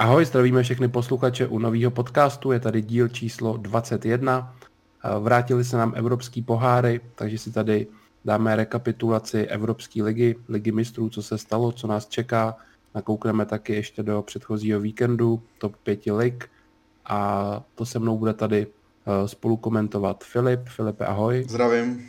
Ahoj, zdravíme všechny posluchače u nového podcastu, je tady díl číslo 21. Vrátili se nám evropský poháry, takže si tady dáme rekapitulaci Evropské ligy, ligy mistrů, co se stalo, co nás čeká. Nakoukneme taky ještě do předchozího víkendu, top 5 lig. A to se mnou bude tady spolu komentovat Filip. Filipe, ahoj. Zdravím.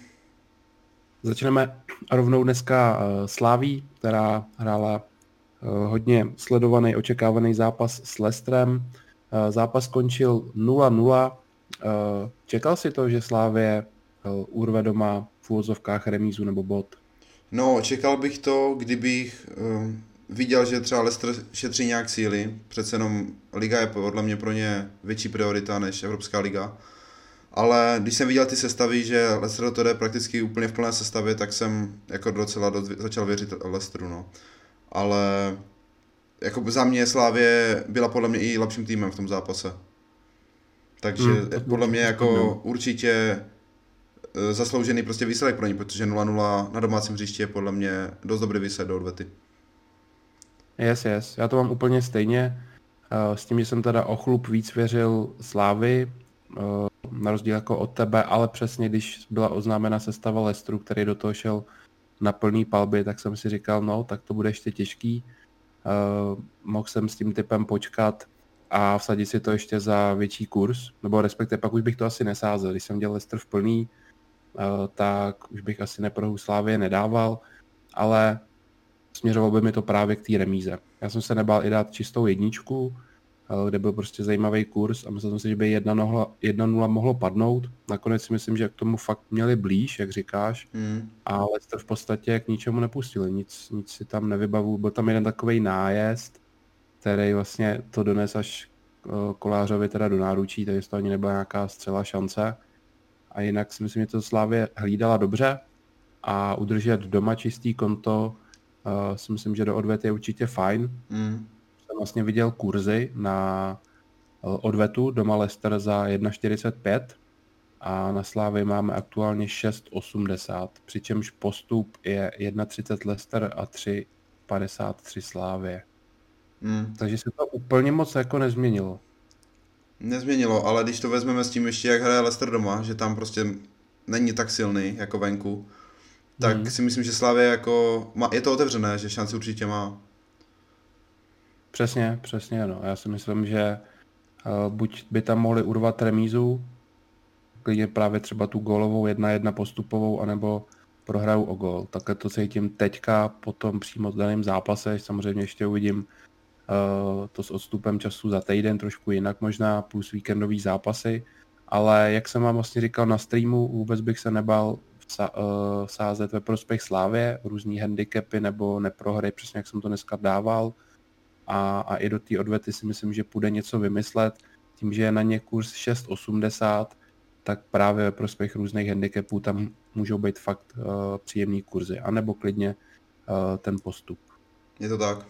Začneme rovnou dneska Slaví, která hrála hodně sledovaný, očekávaný zápas s Leicesterem. Zápas skončil 0-0. Čekal si to, že Slavie urve doma v úvozovkách remízu nebo bod? No, čekal bych to, kdybych viděl, že třeba Leicester šetří nějak síly. Přece jenom liga je podle mě pro ně větší priorita než Evropská liga. Ale když jsem viděl ty sestavy, že Leicester to jde prakticky úplně v plné sestavě, tak jsem jako docela začal věřit Leicesteru, no. Ale jako za mě Slavie byla podle mě i lepším týmem v tom zápase. Takže podle mě jako určitě zasloužený prostě výsledek pro ně, protože 0-0 na domácím hřišti je podle mě dost dobrý výsledek do odvety. Yes. Já to mám úplně stejně. S tím, že jsem teda o chlup víc věřil Slávy, na rozdíl jako od tebe, ale přesně když byla oznámena sestava Leicesteru, který do toho šel na plný palby, tak jsem si říkal, no, tak to bude ještě těžký. Mohl jsem s tím typem počkat a vsadit si to ještě za větší kurz, nebo respektive pak už bych to asi nesázel. Když jsem dělal Leicester v plný, tak už bych asi neprohu Slávie nedával, ale směřoval by mi to právě k té remíze. Já jsem se nebál i dát čistou jedničku, kde byl prostě zajímavý kurz a myslel jsem si, že by 1-0 mohlo padnout. Nakonec si myslím, že k tomu fakt měli blíž, jak říkáš, a Leicester v podstatě k ničemu nepustili, nic si tam nevybavu. Byl tam jeden takovej nájezd, který vlastně to dones až Kolářovi teda do náručí, takže to ani nebyla nějaká střela šance. A jinak si myslím, že to Slavie hlídala dobře a udržet doma čistý konto si myslím, že do odvety je určitě fajn. Jsem vlastně viděl kurzy na odvetu doma Leicester za 1,45 a na Slávii máme aktuálně 6,80, přičemž postup je 1,30 Leicester a 3,53 Slávie. Takže se to úplně moc jako nezměnilo. Nezměnilo, ale když to vezmeme s tím ještě, jak hraje Leicester doma, že tam prostě není tak silný jako venku, tak si myslím, že Slavia jako je to otevřené, že šanci určitě má. Přesně, no. Já si myslím, že buď by tam mohli urvat remízu, klidně právě třeba tu gólovou 1-1 postupovou, anebo prohrajou o gól. Takhle to cítím teďka po tom přímo daném zápase. Samozřejmě ještě uvidím to s odstupem času za týden, trošku jinak možná, plus víkendový zápasy. Ale jak jsem vám vlastně říkal na streamu, vůbec bych se nebál sázet ve prospěch Slávie, různý handicapy nebo neprohry, přesně jak jsem to dneska dával. A i do té odvety si myslím, že půjde něco vymyslet. Tím, že je na ně kurz 6,80, tak právě ve prospěch různých handicapů tam můžou být fakt příjemný kurzy, anebo klidně ten postup. Je to tak.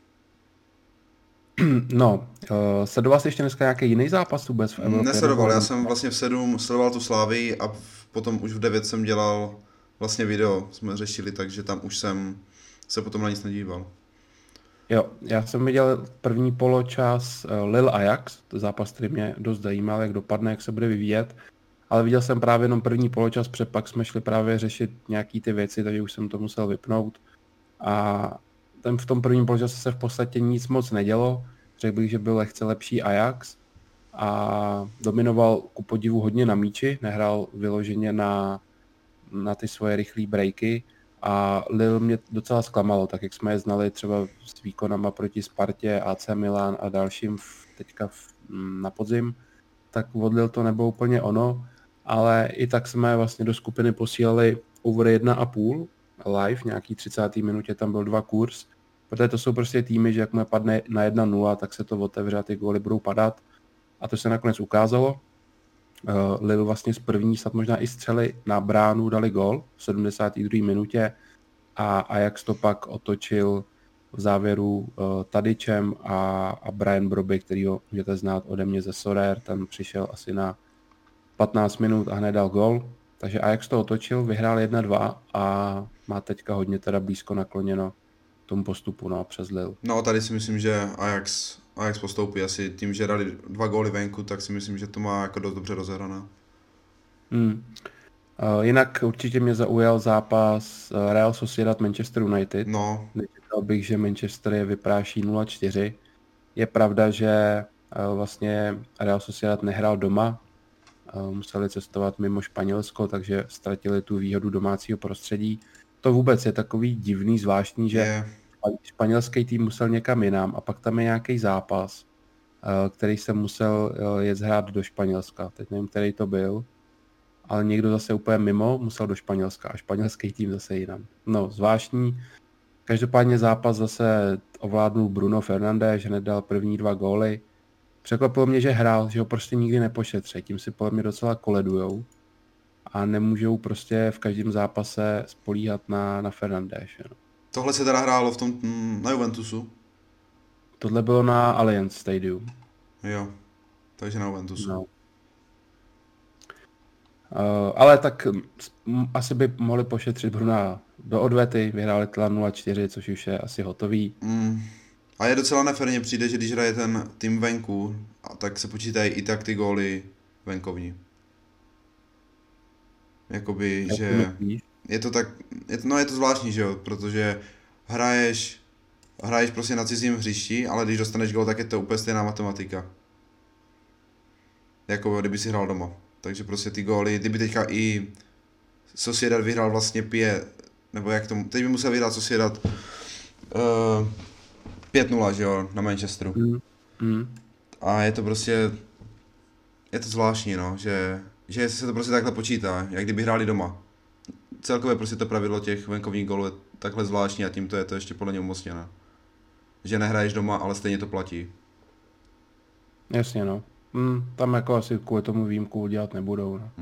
No, sledoval jsi ještě dneska nějaký jiný zápas vůbec v Evropě? Nesledoval, já jsem vlastně v 7 sledoval tu Slávii a potom už v 9 jsem dělal vlastně video, jsme řešili, takže tam už jsem se potom na nic nedíval. Jo, já jsem viděl první poločas Lille Ajax, to zápas, který mě dost zajímal, jak dopadne, jak se bude vyvíjet, ale viděl jsem právě jenom první poločas, protože pak jsme šli právě řešit nějaký ty věci, takže už jsem to musel vypnout. A v tom prvním poločase se v podstatě nic moc nedělo, řekl bych, že byl lehce lepší Ajax a dominoval ku podivu hodně na míči, nehrál vyloženě na ty svoje rychlé breaky. A Lille mě docela zklamalo, tak jak jsme je znali třeba s výkonama proti Spartě, AC Milan a dalším teďka na podzim, tak od Lille to nebylo úplně ono, ale i tak jsme vlastně do skupiny posílali over 1,5 live, nějaký 30. minutě tam byl 2 kurz, protože to jsou prostě týmy, že jakmile padne na 1-0, tak se to otevře a ty góly budou padat a to se nakonec ukázalo. Lille vlastně z první snad možná i střely na bránu dali gól v 72. minutě a Ajax to pak otočil v závěru Tadičem a Brian Broby, kterýho můžete znát ode mě ze Sorare, tam přišel asi na 15 minut a hned dal gól. Takže Ajax to otočil, vyhrál 1-2 a má teďka hodně teda blízko nakloněno tomu postupu, no, přes Lille. No tady si myslím, že Ajax postoupí asi tím, že dali 2 góly venku, tak si myslím, že to má jako dost dobře rozehrané. Jinak určitě mě zaujal zápas Real Sociedad Manchester United. No, Nečekal bych, že Manchester je vypráší 0-4. Je pravda, že vlastně Real Sociedad nehrál doma, museli cestovat mimo Španělsko, takže ztratili tu výhodu domácího prostředí. To vůbec je takový divný, zvláštní, že španělský tým musel někam jinam a pak tam je nějaký zápas, který se musel jet hrát do Španělska. Teď nevím, který to byl, ale někdo zase úplně mimo musel do Španělska a španělský tým zase jinam. No, zvláštní. Každopádně zápas zase ovládnul Bruno Fernandes, že nedal první 2 góly. Překvapilo mě, že hrál, že ho prostě nikdy nepošetří. Tím si podle mě docela koledujou a nemůžou prostě v každém zápase spolíhat na Fernandes. No. Tohle se teda hrálo na Juventusu? Tohle bylo na Allianz Stadium. Jo, takže na Juventusu. No. Ale tak asi by mohli pošetřit Bruna do odvety, vyhráli tla 0-4, což už je asi hotový. A je docela neférně přijde, že když hraje ten tým venku, tak se počítají i tak ty góly venkovní. Jakoby, že je to tak, je to zvláštní, že jo, protože hraješ prostě na cizím hřišti, ale když dostaneš gól, tak je to úplně stejná matematika. Jako kdyby si hrál doma. Takže prostě ty góly, kdyby teďka i Sociedad vyhrál vlastně 5, nebo jak tomu, teď by musel vyhrát Sociedad 5-0, že jo, na Manchesteru. A je to prostě, je to zvláštní, no, že se to prostě takhle počítá, jak kdyby hráli doma. Celkově prostě to pravidlo těch venkovních gólů je takhle zvláštní a tímto je to ještě podle něj umocněné. Že nehraješ doma, ale stejně to platí. Jasně, no. Tam jako asi kvůli tomu výjimku udělat nebudou. No.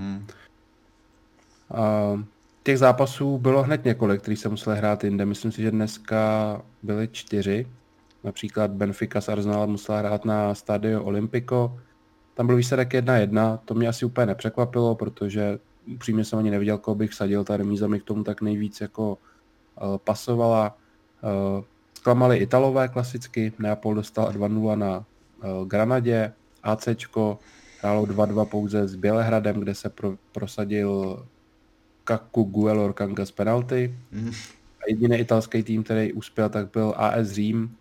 Těch zápasů bylo hned několik, který se museli hrát jinde. Myslím si, že dneska byly 4. Například Benfica s Arsenalem musela hrát na Stadio Olimpico. Tam byl výsledek 1-1. To mě asi úplně nepřekvapilo, protože upřímně jsem ani neviděl, koho bych vsadil. Ta remíza mi k tomu tak nejvíc jako pasovala. Zklamali Italové klasicky. Neapol dostal 2-0 na Granadě. ACčko hrálo 2-2 pouze s Bělehradem, kde se prosadil Kaku Guelor Kanga z penalty. A jediný italský tým, který uspěl, tak byl AS Řím.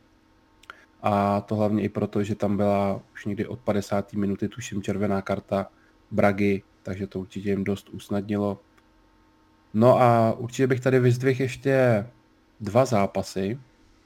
A to hlavně i proto, že tam byla už někdy od 50. minuty, tuším, červená karta Bragy, takže to určitě jim dost usnadnilo. No a určitě bych tady vyzdvihl ještě 2 zápasy.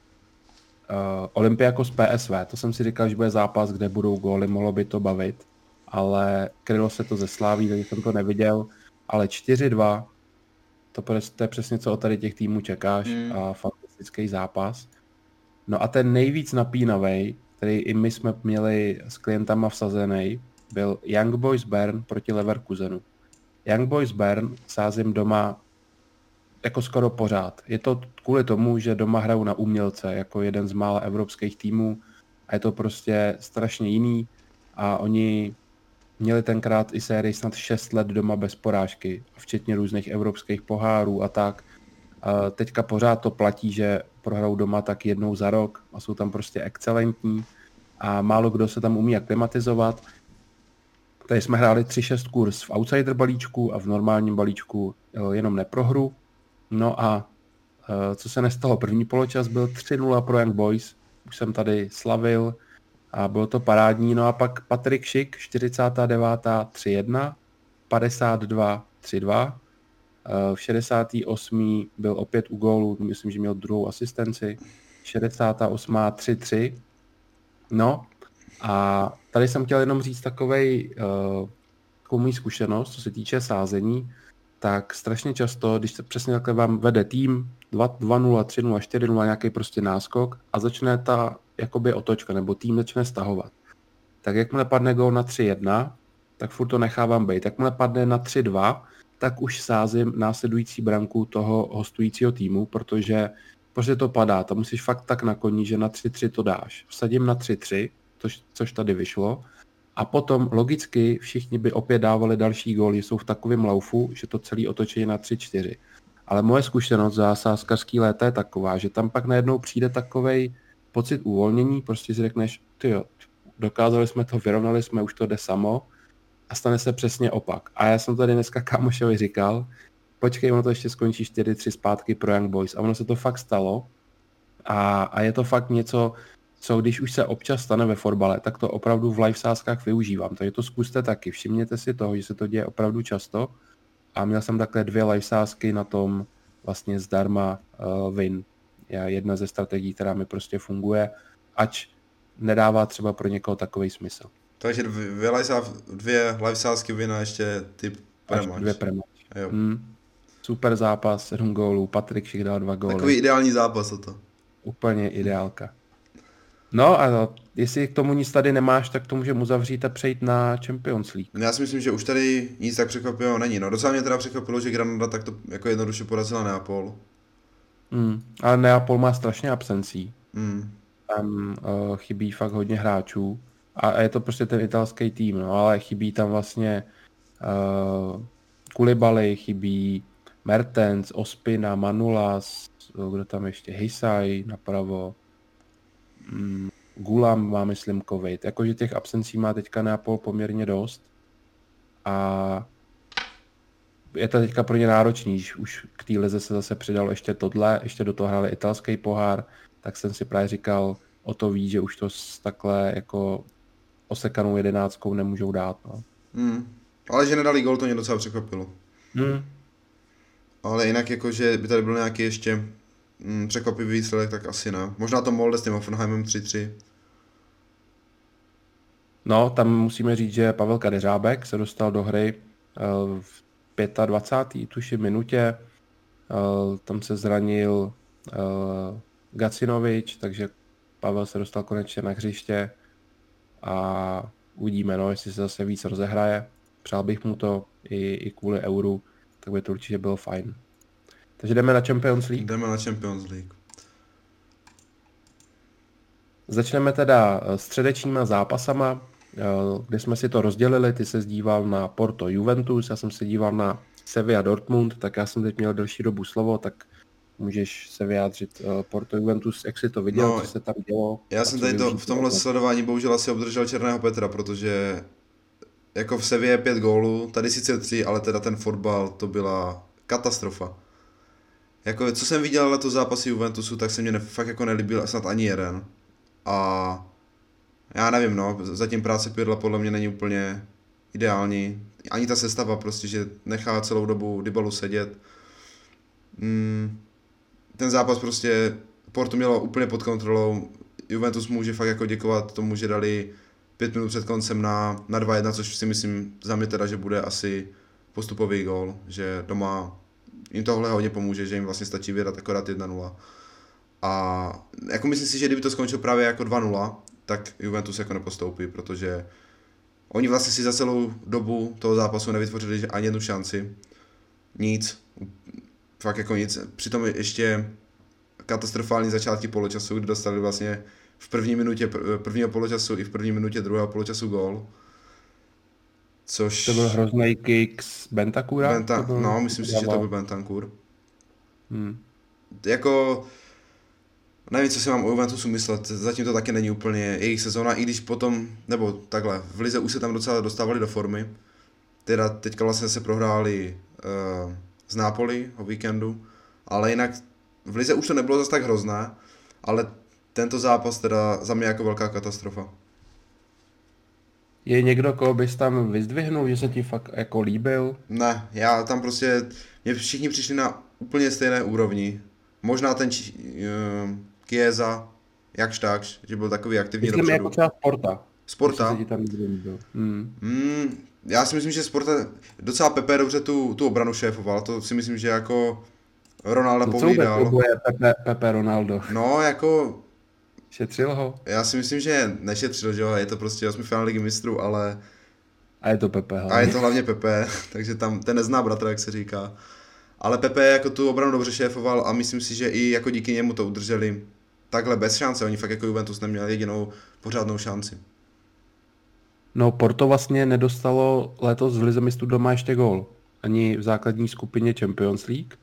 Olympiakos PSV, to jsem si říkal, že bude zápas, kde budou góly, mohlo by to bavit, ale krylo se to ze Sláví, takže jsem to neviděl, ale 4-2, to je přesně, co od tady těch týmů čekáš a fantastický zápas. No a ten nejvíc napínavý, který i my jsme měli s klientama vsazený, byl Young Boys Bern proti Leverkusenu. Young Boys Bern sázím doma jako skoro pořád. Je to kvůli tomu, že doma hrajou na umělce jako jeden z mála evropských týmů a je to prostě strašně jiný a oni měli tenkrát i sérii snad 6 let doma bez porážky, včetně různých evropských pohárů a tak. A teďka pořád to platí, že prohrajou doma tak jednou za rok a jsou tam prostě excelentní a málo kdo se tam umí aklimatizovat. Tady jsme hráli 3-6 kurz v outsider balíčku a v normálním balíčku jenom neprohru. No a co se nestalo, první poločas byl 3-0 pro Young Boys, už jsem tady slavil a bylo to parádní, no a pak Patrik Šik, 49. 3-1, 52 3-2, v 68. byl opět u gólu, myslím, že měl druhou asistenci, 68. 3-3, no a tady jsem chtěl jenom říct takovou můj zkušenost, co se týče sázení, tak strašně často, když se přesně takhle vám vede tým 2-0, 3-0, 4-0, nějaký prostě náskok a začne ta jakoby otočka, nebo tým začne stahovat. Tak jakmile padne gól na 3-1, tak furt to nechávám být. Jakmile padne na 3-2, tak už sázím následující branku toho hostujícího týmu, protože prostě to padá. Tam musíš fakt tak na koni, že na 3-3 to dáš. Vsadím na 3-3, což tady vyšlo. A potom logicky všichni by opět dávali další góly, jsou v takovém laufu, že to celé otočí na 3-4. Ale moje zkušenost za sázkařský léta je taková, že tam pak najednou přijde takovej pocit uvolnění, prostě si řekneš, tyjo, dokázali jsme to, vyrovnali jsme, už to jde samo a stane se přesně opak. A já jsem tady dneska kámošovi říkal, počkej, ono to ještě skončí 4-3 zpátky pro Young Boys a ono se to fakt stalo a je to fakt něco, co když už se občas stane ve fotbale, tak to opravdu v live sázkách využívám. Takže to zkuste taky, všimněte si toho, že se to děje opravdu často a měl jsem takhle 2 live sázky na tom vlastně zdarma win. Je jedna ze strategií, která mi prostě funguje, ač nedává třeba pro někoho takový smysl. Takže 2 live sázky win a ještě typ prematch. 2 prematch. Super zápas, 7 gólů, Patrik Šich dal 2 góly. Takový ideální zápas to. Úplně ideálka. No a jestli k tomu nic tady nemáš, tak to můžeme uzavřít a přejít na Champions League. Já si myslím, že už tady nic tak překvapivého není. No docela mě teda překvapilo, že Granada takto jako jednoduše porazila Neapol. Ale Neapol má strašně absencí. Tam chybí fakt hodně hráčů. A je to prostě ten italský tým, no, ale chybí tam vlastně Koulibaly, chybí Mertens, Ospina, Manolas, kdo tam ještě, Hisaj napravo, Gulam má, myslím, covid. Jakože těch absencí má teďka Neapol poměrně dost. A je to teďka pro ně náročný, už k té lize se zase přidalo ještě tohle, ještě do toho hráli italský pohár, tak jsem si právě říkal, o to víc, že už to takhle jako osekanou 11 nemůžou dát. No. Ale že nedali gol, to mě docela překvapilo. Ale jinak jako, že by tady byl nějaký ještě překvapivý výsledek, tak asi ne. Možná to Molde s tím Hoffenheimem 3-3. No, tam musíme říct, že Pavel Kadeřábek se dostal do hry v 25. tuším minutě. Tam se zranil Gacinovič, takže Pavel se dostal konečně na hřiště a uvidíme, no, jestli se zase víc rozehraje. Přál bych mu to i kvůli euru, tak by to určitě bylo fajn. Takže jdeme na Champions League. Jdeme na Champions League. Začneme teda středečníma zápasama, kde jsme si to rozdělili. Ty se díval na Porto Juventus, já jsem se díval na Sevilla Dortmund, tak já jsem teď měl delší dobu slovo, tak můžeš se vyjádřit Porto Juventus, jak jsi to viděl, co se tam dělo. Já jsem tady v tomhle sledování bohužel asi obdržel černého Petra, protože jako v Sevilla 5 gólů, tady sice 3, ale teda ten fotbal, to byla katastrofa. Jako, co jsem viděl letos zápasy Juventusu, tak se mě fakt jako nelíbil snad ani jeden. A já nevím, no, zatím práce Pirla podle mě není úplně ideální. Ani ta sestava prostě, že nechá celou dobu Dybalu sedět. Ten zápas prostě Porto mělo úplně pod kontrolou. Juventus může fakt jako děkovat tomu, že dali 5 minut před koncem na 2-1, což si myslím za mě teda, že bude asi postupový gól, že doma jim tohle hodně pomůže, že jim vlastně stačí vyhrát akorát 1-0. A jako myslím si, že kdyby to skončilo právě jako 2-0, tak Juventus jako nepostoupí, protože oni vlastně si za celou dobu toho zápasu nevytvořili ani jednu šanci. Nic. Fakt jako nic. Přitom ještě katastrofální začátky poločasu, kdy dostali vlastně v první minutě prvního poločasu i v první minutě druhého poločasu gól. Což... To byl hrozný kick z Bentancura? No, myslím si, že to byl Bentancur. Jako... Nevím, co si mám o Juventusu myslet, zatím to taky není úplně jejich sezóna, i když potom, nebo takhle, v lize už se tam docela dostávali do formy. Teda teďka vlastně se prohráli z Napoli o víkendu, ale jinak v lize už to nebylo zase tak hrozné, ale tento zápas teda za mě jako velká katastrofa. Je někdo, koho bys tam vyzdvihnul, že se ti fakt jako líbil? Ne, já tam prostě, mě všichni přišli na úplně stejné úrovni. Možná ten Chiesa, jakž takž, že byl takový aktivní dopředu. Myslím jako třeba Sporta. Sporta? Já si myslím, že Sporta docela Pepe dobře tu obranu šéfoval, to si myslím, že jako Ronaldo povídal. Co bude Pepe Ronaldo? No, jako... Šetřil ho? Já si myslím, že nešetřil, že jo, je to prostě 8. finále Ligy mistrů, ale... A je to Pepe hlavně. A je to hlavně Pepe, takže tam ten nezná bratra, jak se říká. Ale Pepe jako tu obranu dobře šéfoval a myslím si, že i jako díky němu to udrželi takhle bez šance. Oni fakt jako Juventus neměli jedinou pořádnou šanci. No, Porto vlastně nedostalo letos v lize mistrů doma ještě gól. Ani v základní skupině Champions League.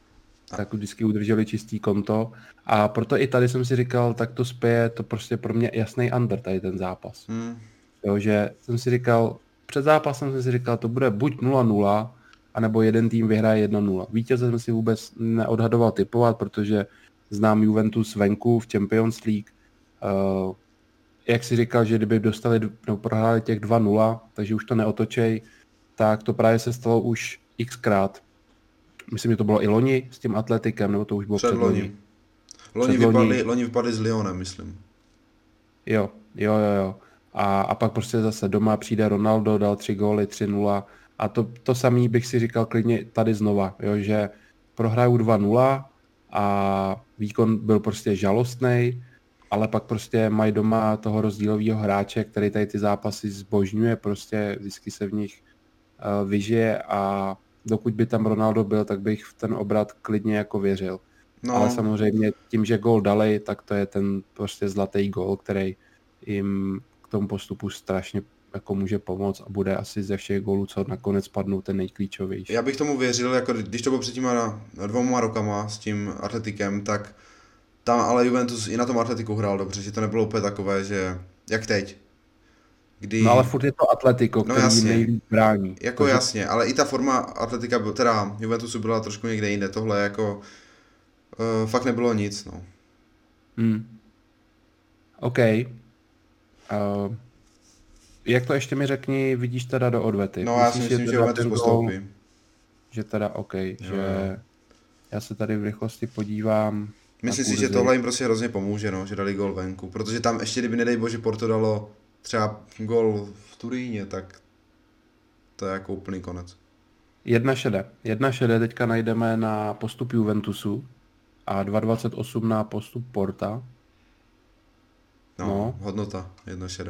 tak vždycky udrželi čistý konto. A proto i tady jsem si říkal, tak to spěje, to prostě pro mě jasný under, tady ten zápas. Jo, že jsem si říkal, před zápasem jsem si říkal, to bude buď 0-0, anebo jeden tým vyhraje 1-0. Vítěze jsem si vůbec neodhadoval typovat, protože znám Juventus venku v Champions League. Jak si říkal, že kdyby dostali, no, prohráli těch 2-0, takže už to neotočej, tak to právě se stalo už xkrát. Myslím, že to bylo i loni s tím Atletikem, nebo to už bylo předloni. Loni vypadli s Lyonem, myslím. Jo. A pak prostě zase doma přijde Ronaldo, dal 3 góly, 3-0. A to samý bych si říkal klidně tady znova, jo, že prohrajou 2-0 a výkon byl prostě žalostný, ale pak prostě mají doma toho rozdílového hráče, který tady ty zápasy zbožňuje, prostě vždycky se v nich vyžije a dokud by tam Ronaldo byl, tak bych v ten obrat klidně jako věřil. No. Ale samozřejmě tím, že gól dali, tak to je ten prostě zlatý gól, který jim k tomu postupu strašně jako může pomoct a bude asi ze všech gólů, co nakonec padnou, ten nejklíčovější. Já bych tomu věřil, jako když to bylo před těma 2 rokama s tím Atletikem, tak tam ale Juventus i na tom Atletiku hrál dobře, že to nebylo úplně takové, že jak teď. Kdy... No ale furt je to Atletico, který nejvíc brání. Jako takže... jasně, ale i ta forma Atletika, teda Juventusu byla trošku někde jinde, tohle jako fakt nebylo nic, no. OK. Jak to ještě mi řekni, vidíš teda do odvety? No já si myslím, že Juventus postoupí. Že teda OK, že já se tady v rychlosti podívám. Myslím si, že tohle jim prostě hrozně pomůže, no, že dali gól venku, protože tam ještě kdyby nedej bože Porto dalo třeba gól v Turíně, tak to je jako úplný konec. 1,6 teďka najdeme na postup Juventusu a 2,28 na postup Porta. No. Hodnota 1,6.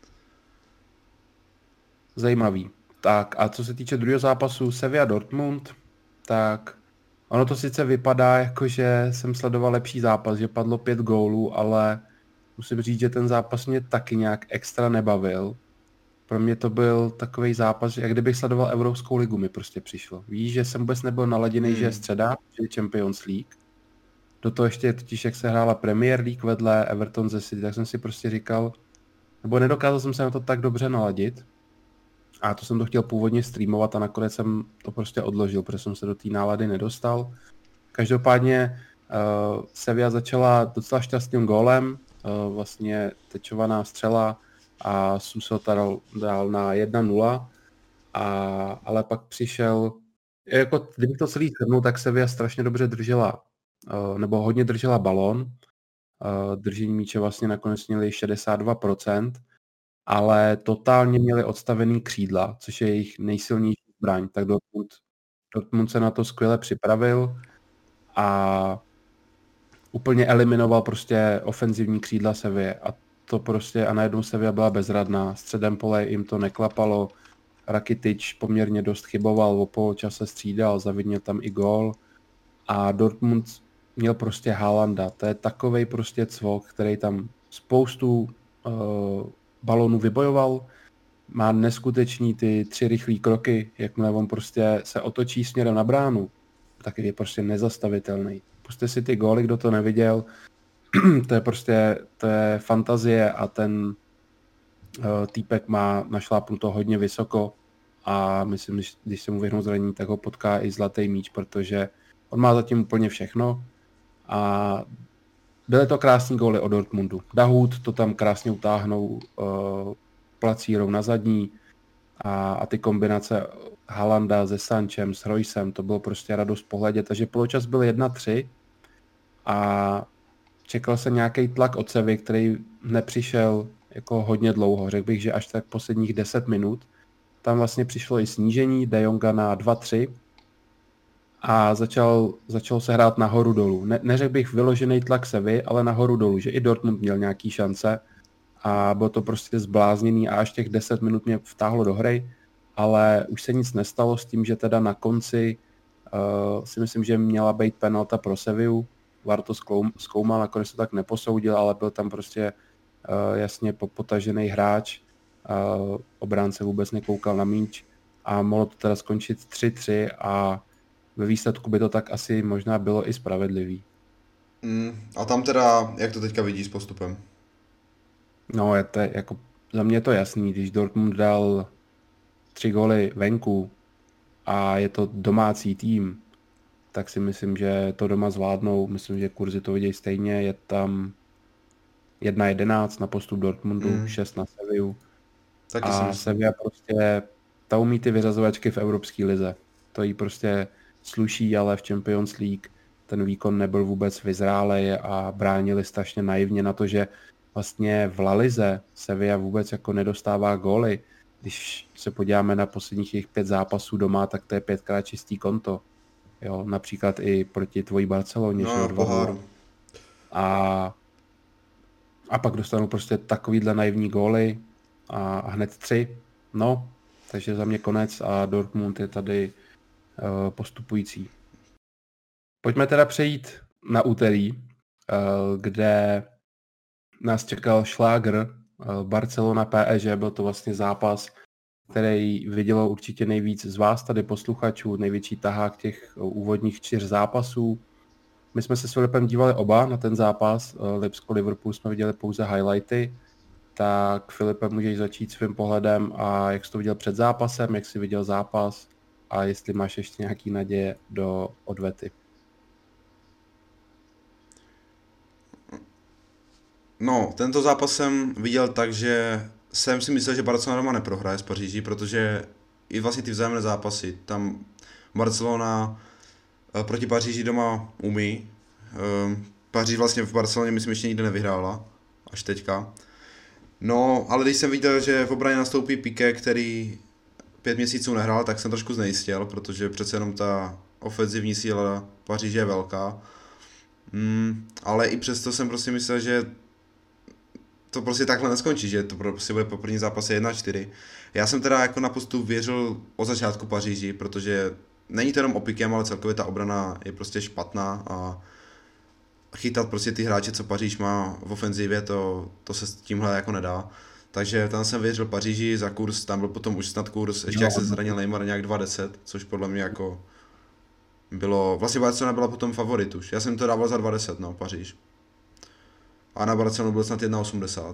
Zajímavý. Tak a co se týče druhého zápasu Sevilla Dortmund, tak ono to sice vypadá jako, že jsem sledoval lepší zápas, že padlo 5 gólů, ale musím říct, že ten zápas mě taky nějak extra nebavil. Pro mě to byl takový zápas, že jak kdybych sledoval Evropskou ligu, mi prostě přišlo. Víš, že jsem vůbec nebyl naladěný, že je středa, že je Champions League. Do toho ještě totiž, jak se hrála Premier League vedle Everton ze City, tak jsem si prostě říkal, nebo nedokázal jsem se na to tak dobře naladit. A to jsem to chtěl původně streamovat a nakonec jsem to prostě odložil, protože jsem se do té nálady nedostal. Každopádně Sevilla začala docela šťastným gólem, vlastně tečovaná střela a Suso dal na 1-0, ale pak přišel, jako kdybych to celý shrnul, tak Sevilla strašně dobře držela, nebo hodně držela balón, držení míče vlastně nakonec měli 62%, ale totálně měli odstavený křídla, což je jejich nejsilnější zbraň, tak Dortmund se na to skvěle připravil a úplně eliminoval prostě ofenzivní křídla Sevilla a to prostě a najednou Sevilla byla bezradná, středem pole jim to neklapalo, Rakitic poměrně dost chyboval, o poločase střídal, zavinil tam i gól a Dortmund měl prostě Haalanda, to je takovej prostě cvok, který tam spoustu balónů vybojoval, má neskutečný ty 3 rychlý kroky, jakmile on prostě se otočí směrem na bránu, tak je prostě nezastavitelný. Puste si ty góly, kdo to neviděl, to je fantazie a ten týpek má našlápnuto hodně vysoko a myslím, že když se mu vyhnou zranění, tak ho potká i zlatý míč, protože on má zatím úplně všechno a byly to krásný góly od Dortmundu. Dahoud to tam krásně utáhnou placírou na zadní a ty kombinace Haalanda se Sanchem, s Roysem, to bylo prostě radost pohledět. Takže poločas byl 1-3 a čekal se nějaký tlak od Sevy, který nepřišel jako hodně dlouho. Řekl bych, že až tak posledních 10 minut. Tam vlastně přišlo i snížení De Jonga na 2-3 a začal se hrát nahoru dolů. Neřekl bych vyložený tlak Sevy, ale nahoru dolů, že i Dortmund měl nějaký šance a bylo to prostě zblázněný a až těch 10 minut mě vtáhlo do hry, ale už se nic nestalo s tím, že teda na konci si myslím, že měla být penalta pro Sevillu. VAR to zkoumal, nakonec to tak neposoudil, ale byl tam prostě jasně potažený hráč, obránce vůbec nekoukal na míč a mohlo to teda skončit 3-3 a ve výsledku by to tak asi možná bylo i spravedlivý. A tam teda, jak to teďka vidíš s postupem? No, je to jako, za mě je to jasný, když Dortmund dal 3 góly venku a je to domácí tým, tak si myslím, že to doma zvládnou. Myslím, že kurzy to vidějí stejně. Je tam 1,11 na postup Dortmundu, 6 na Sevillu. Taky si A myslím. Sevilla prostě, ta umí ty vyřazovačky v Evropské lize. To jí prostě sluší, ale v Champions League ten výkon nebyl vůbec vyzrálej a bránili strašně naivně na to, že vlastně v La Lize Sevilla vůbec jako nedostává góly. Když se podíváme na posledních jejich 5 zápasů doma, tak to je 5krát čistý konto. Jo, například i proti tvojí Barceloně. No, v poháru. A pak dostanou prostě takovýhle naivní góly a hned 3. No, takže za mě konec a Dortmund je tady postupující. Pojďme teda přejít na úterý, kde nás čekal šlágr Barcelona PSG. Byl to vlastně zápas, který vidělo určitě nejvíc z vás tady posluchačů, největší tahák těch úvodních 4 zápasů. My jsme se s Filipem dívali oba na ten zápas, Lipsko-Liverpool jsme viděli pouze highlighty, tak Filipe, můžeš začít svým pohledem a jak jsi to viděl před zápasem, jak jsi viděl zápas a jestli máš ještě nějaký naděje do odvety. No, tento zápas jsem viděl tak, že jsem si myslel, že Barcelona doma neprohraje s Paříží, protože i vlastně ty vzájemné zápasy, tam Barcelona proti Paříži doma umí. Paříž vlastně v Barceloně myslím ještě nikdy nevyhrála, až teďka. No, ale když jsem viděl, že v obraně nastoupí Piqué, který 5 měsíců nehrál, tak jsem trošku znejistěl, protože přece jenom ta ofenzivní síla Paříže je velká. Ale i přesto jsem prostě myslel, že to prostě takhle neskončí, že to prostě bude po první zápase 1-4. Já jsem teda jako na postup věřil od začátku Paříži, protože není to jenom o Piquém, ale celkově ta obrana je prostě špatná a chytat prostě ty hráče, co Paříž má v ofenzivě, to se s tímhle jako nedá. Takže tam jsem věřil Paříži za kurz, tam byl potom už snad kurz, ještě jak se zranil Neymar nějak 2,10, což podle mě jako bylo, vlastně Barcelona byla potom favorit už. Já jsem to dával za 2,10, no, Paříž. A na Barcelonu byl snad 1,80.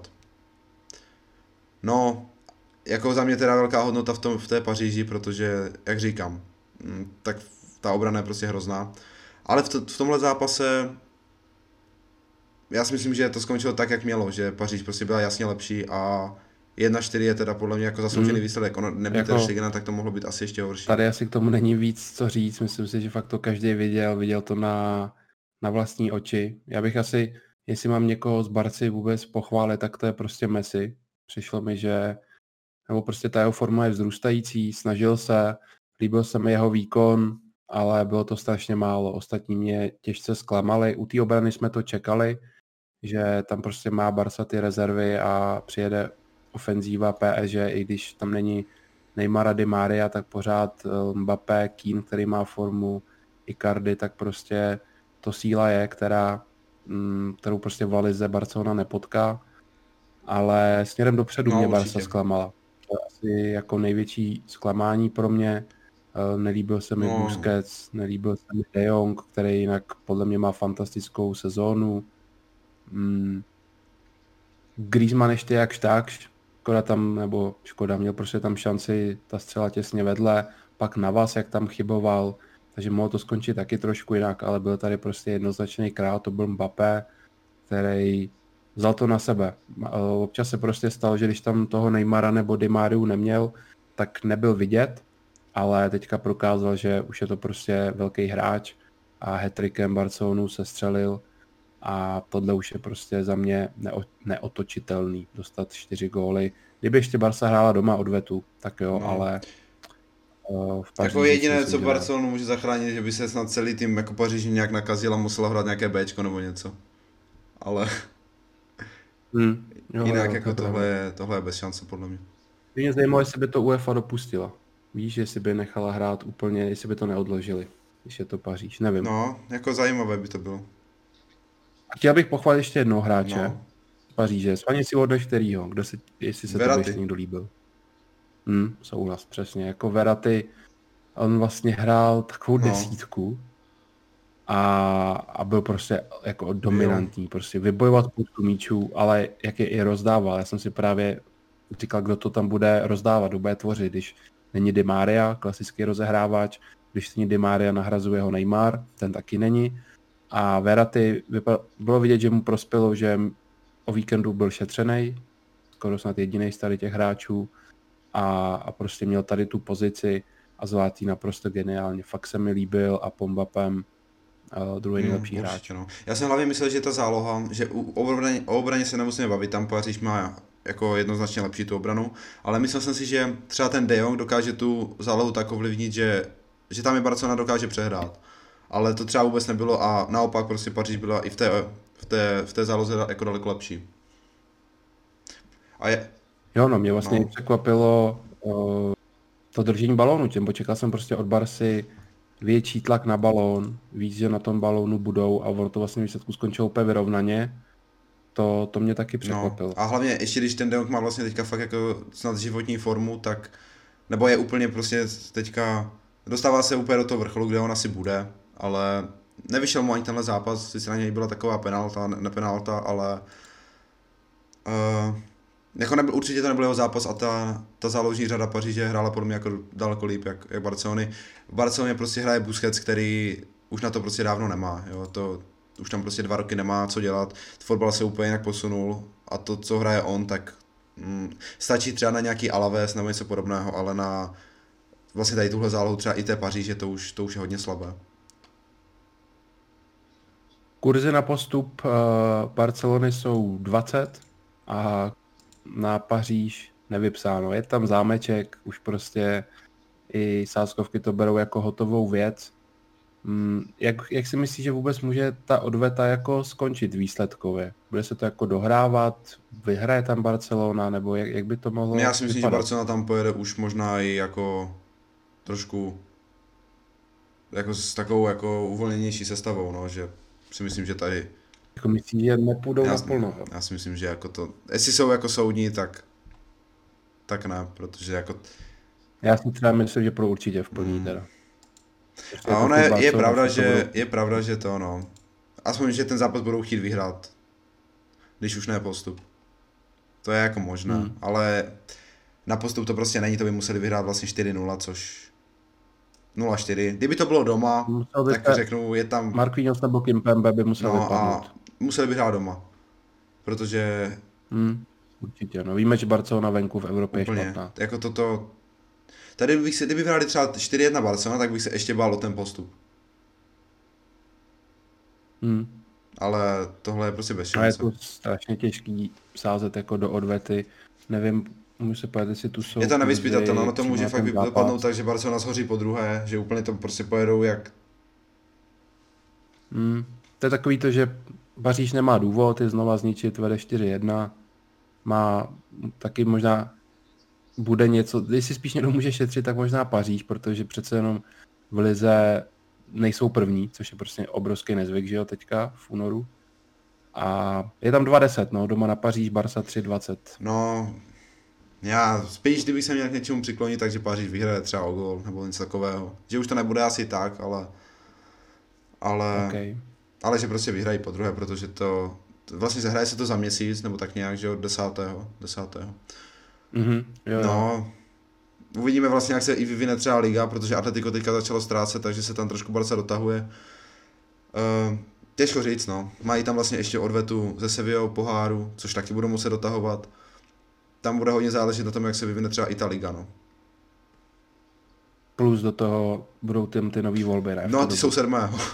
No, jako za mě teda velká hodnota v té Paříži, protože, jak říkám, tak ta obrana je prostě hrozná. Ale v tomhle zápase já si myslím, že to skončilo tak, jak mělo, že Paříž prostě byla jasně lepší a 1-4 je teda podle mě jako zasloužený výsledek. Ono nebyl jako, Štigana, tak to mohlo být asi ještě horší. Tady asi k tomu není víc co říct, myslím si, že fakt to každý viděl to na vlastní oči. Já bych asi, jestli mám někoho z Barcy vůbec pochválit, tak to je prostě Messi. Přišlo mi, že nebo prostě ta jeho forma je vzrůstající, snažil se, líbil se mi jeho výkon, ale bylo to strašně málo. Ostatní mě těžce zklamali. U té obrany jsme to čekali, že tam prostě má Barca ty rezervy a přijede ofenzíva PSG, i když tam není Neymara, Di Maria, tak pořád Mbappé, Keane, který má formu, Icardi, tak prostě to síla je, kterou prostě v La Lize Barcelona nepotká, ale směrem dopředu mě Barca zklamala. To je asi jako největší zklamání pro mě. Nelíbil se mi Busquets, nelíbil se mi De Jong, který jinak podle mě má fantastickou sezónu. Griezmann ještě jakž tak, škoda, měl prostě tam šanci, ta střela těsně vedle, pak Navas, jak tam chyboval, takže mohlo to skončit taky trošku jinak, ale byl tady prostě jednoznačný král, to byl Mbappé, který vzal to na sebe. Občas se prostě stalo, že když tam toho Neymara nebo Di Mariu neměl, tak nebyl vidět, ale teďka prokázal, že už je to prostě velký hráč a hat-trickem Barcelonu se střelil a tohle už je prostě za mě neotočitelný, dostat 4 góly. Kdyby ještě Barca hrála doma odvetu, tak jo, ale v Paříži jako jediné, co Barcelonu může zachránit, že by se snad celý tým jako Paříži nějak nakazil a musela hrát nějaké Bčko nebo něco. Ale jinak jako tohle je bez šance podle mě. Mě zajímalo, jestli by to UEFA dopustila. Víš, jestli by nechala hrát úplně, jestli by to neodložili, když je to Paříž, nevím. No, jako zajímavé by to bylo. Chtěl bych pochválit ještě jednoho hráče z Paříže. Svaně si odneš kterýho, jestli se to ještě někdo líbil. Souhlas, přesně. Jako Verratti, On vlastně hrál takovou No. desítku a byl prostě jako dominantní, prostě vybojovat spoustu míčů, ale jak je i rozdával. Já jsem si právě říkal, kdo to tam bude rozdávat, kdo bude tvořit, když není Di Maria, klasický rozehrávač, když není Di Maria, nahrazuje ho Neymar, ten taky není. A Verratti bylo vidět, že mu prospělo, že o víkendu byl šetřenej, skoro snad jedinej z tady těch hráčů a prostě měl tady tu pozici a zvládl ji naprosto geniálně. Fakt se mi líbil a po Mbappém druhý nejlepší hráč. No. Já jsem hlavně myslel, že ta záloha, že o obraně se nemusíme bavit, tam Paříž má jako jednoznačně lepší tu obranu, ale myslel jsem si, že třeba ten De Jong dokáže tu zálohu tak ovlivnit, že tam je Barcelona dokáže přehrát. Ale to třeba vůbec nebylo a naopak prostě Paříž byla i v té záloze jako daleko lepší. Jo, no, mě vlastně překvapilo to držení balónu, bo čekal jsem prostě od Barcy větší tlak na balón, víc, že na tom balónu budou a ono to vlastně výsledku skončilo úplně vyrovnaně. To mě taky překvapilo. No, a hlavně ještě když ten De Jong má vlastně teďka fakt jako snad životní formu, tak nebo je úplně prostě teďka dostává se úplně do toho vrcholu, kde on asi bude, ale nevyšel mu ani tenhle zápas, sice na něj byla taková penalta, ale jako určitě to nebyl jeho zápas a ta záložní řada Paříže hrála podle mě jako daleko líp jak Barcelony. V Barceloně prostě hraje Busquets, který už na to prostě dávno nemá, jo, to už tam prostě 2 roky nemá co dělat, fotbal se úplně jinak posunul a to, co hraje on, tak stačí třeba na nějaký Alaves nebo něco podobného, ale na vlastně tady tuhle zálohu třeba i té Paříže, to už je hodně slabé. Kurzy na postup Barcelony jsou 20 a na Paříž nevypsáno. Je tam zámeček, už prostě i sázkovky to berou jako hotovou věc. Jak si myslíš, že vůbec může ta odveta jako skončit výsledkově? Bude se to jako dohrávat? Vyhraje tam Barcelona? Nebo jak by to mohlo Já si myslím, vypadat? že Barcelona tam pojede už možná i jako trošku jako s takovou jako uvolněnější sestavou, no, že si myslím, že tady Jako myslíš, že nepůjdou naplno? Já si myslím, že jako to, jestli jsou jako soudní, tak ne, protože jako Já si třeba myslím, že pro určitě v plní teda. A ono je pravda, že to no. Aspoň, že ten zápas budou chtít vyhrát. Když už ne postup. To je jako možné, ale na postup to prostě není, to by museli vyhrát vlastně 4-0, což 0-4. Kdyby to bylo doma, tak řeknu, je tam Marquinhos nebo Kimpembe by musel vypadnout. A museli vyhrát doma. Protože určitě, no víme, že Barcelona venku v Evropě úplně, je špatná. Jako toto. Tady kdyby vyhráli třeba 4-1 Barcelona, tak bych se ještě bál o ten postup. Ale tohle je prostě bez šance. A je to strašně těžký sázet jako do odvety. Nevím, můžu se pojít, jestli tu jsou... Je to nevyspytatelné, ono to může fakt vypadnout tak, že Barcelona shoří po druhé, že úplně to prostě pojedou jak... To je takový to, že Paříž nemá důvod je znova zničit, vede 4-1. Má taky možná bude něco, když si spíš někdo může šetřit, tak možná Paříž, protože přece jenom v lize nejsou první, což je prostě obrovský nezvyk, že jo, teďka v únoru. A je tam 2-10, no, doma na Paříž, Barca 3-20. No, já spíš, kdybych se měl k něčemu přiklonit, takže Paříž vyhraje třeba o gól nebo něco takového. Že už to nebude asi tak, ale že prostě vyhrají po druhé, protože to vlastně zahraje se to za měsíc, nebo tak nějak, že od 10. Jo. No, uvidíme vlastně, jak se i vyvine třeba liga, protože Atletico teďka začalo ztrácet, takže se tam trošku Barca dotahuje. Těžko říct, no. Mají tam vlastně ještě odvetu ze Sevillou poháru, což taky budou muset dotahovat. Tam bude hodně záležet na tom, jak se vyvine třeba i ta liga, no. Plus do toho budou ty nový volby, ne? No a ty jsou 7.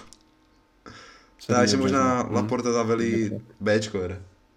Takže možná Laporta zavelí Bčko, jede.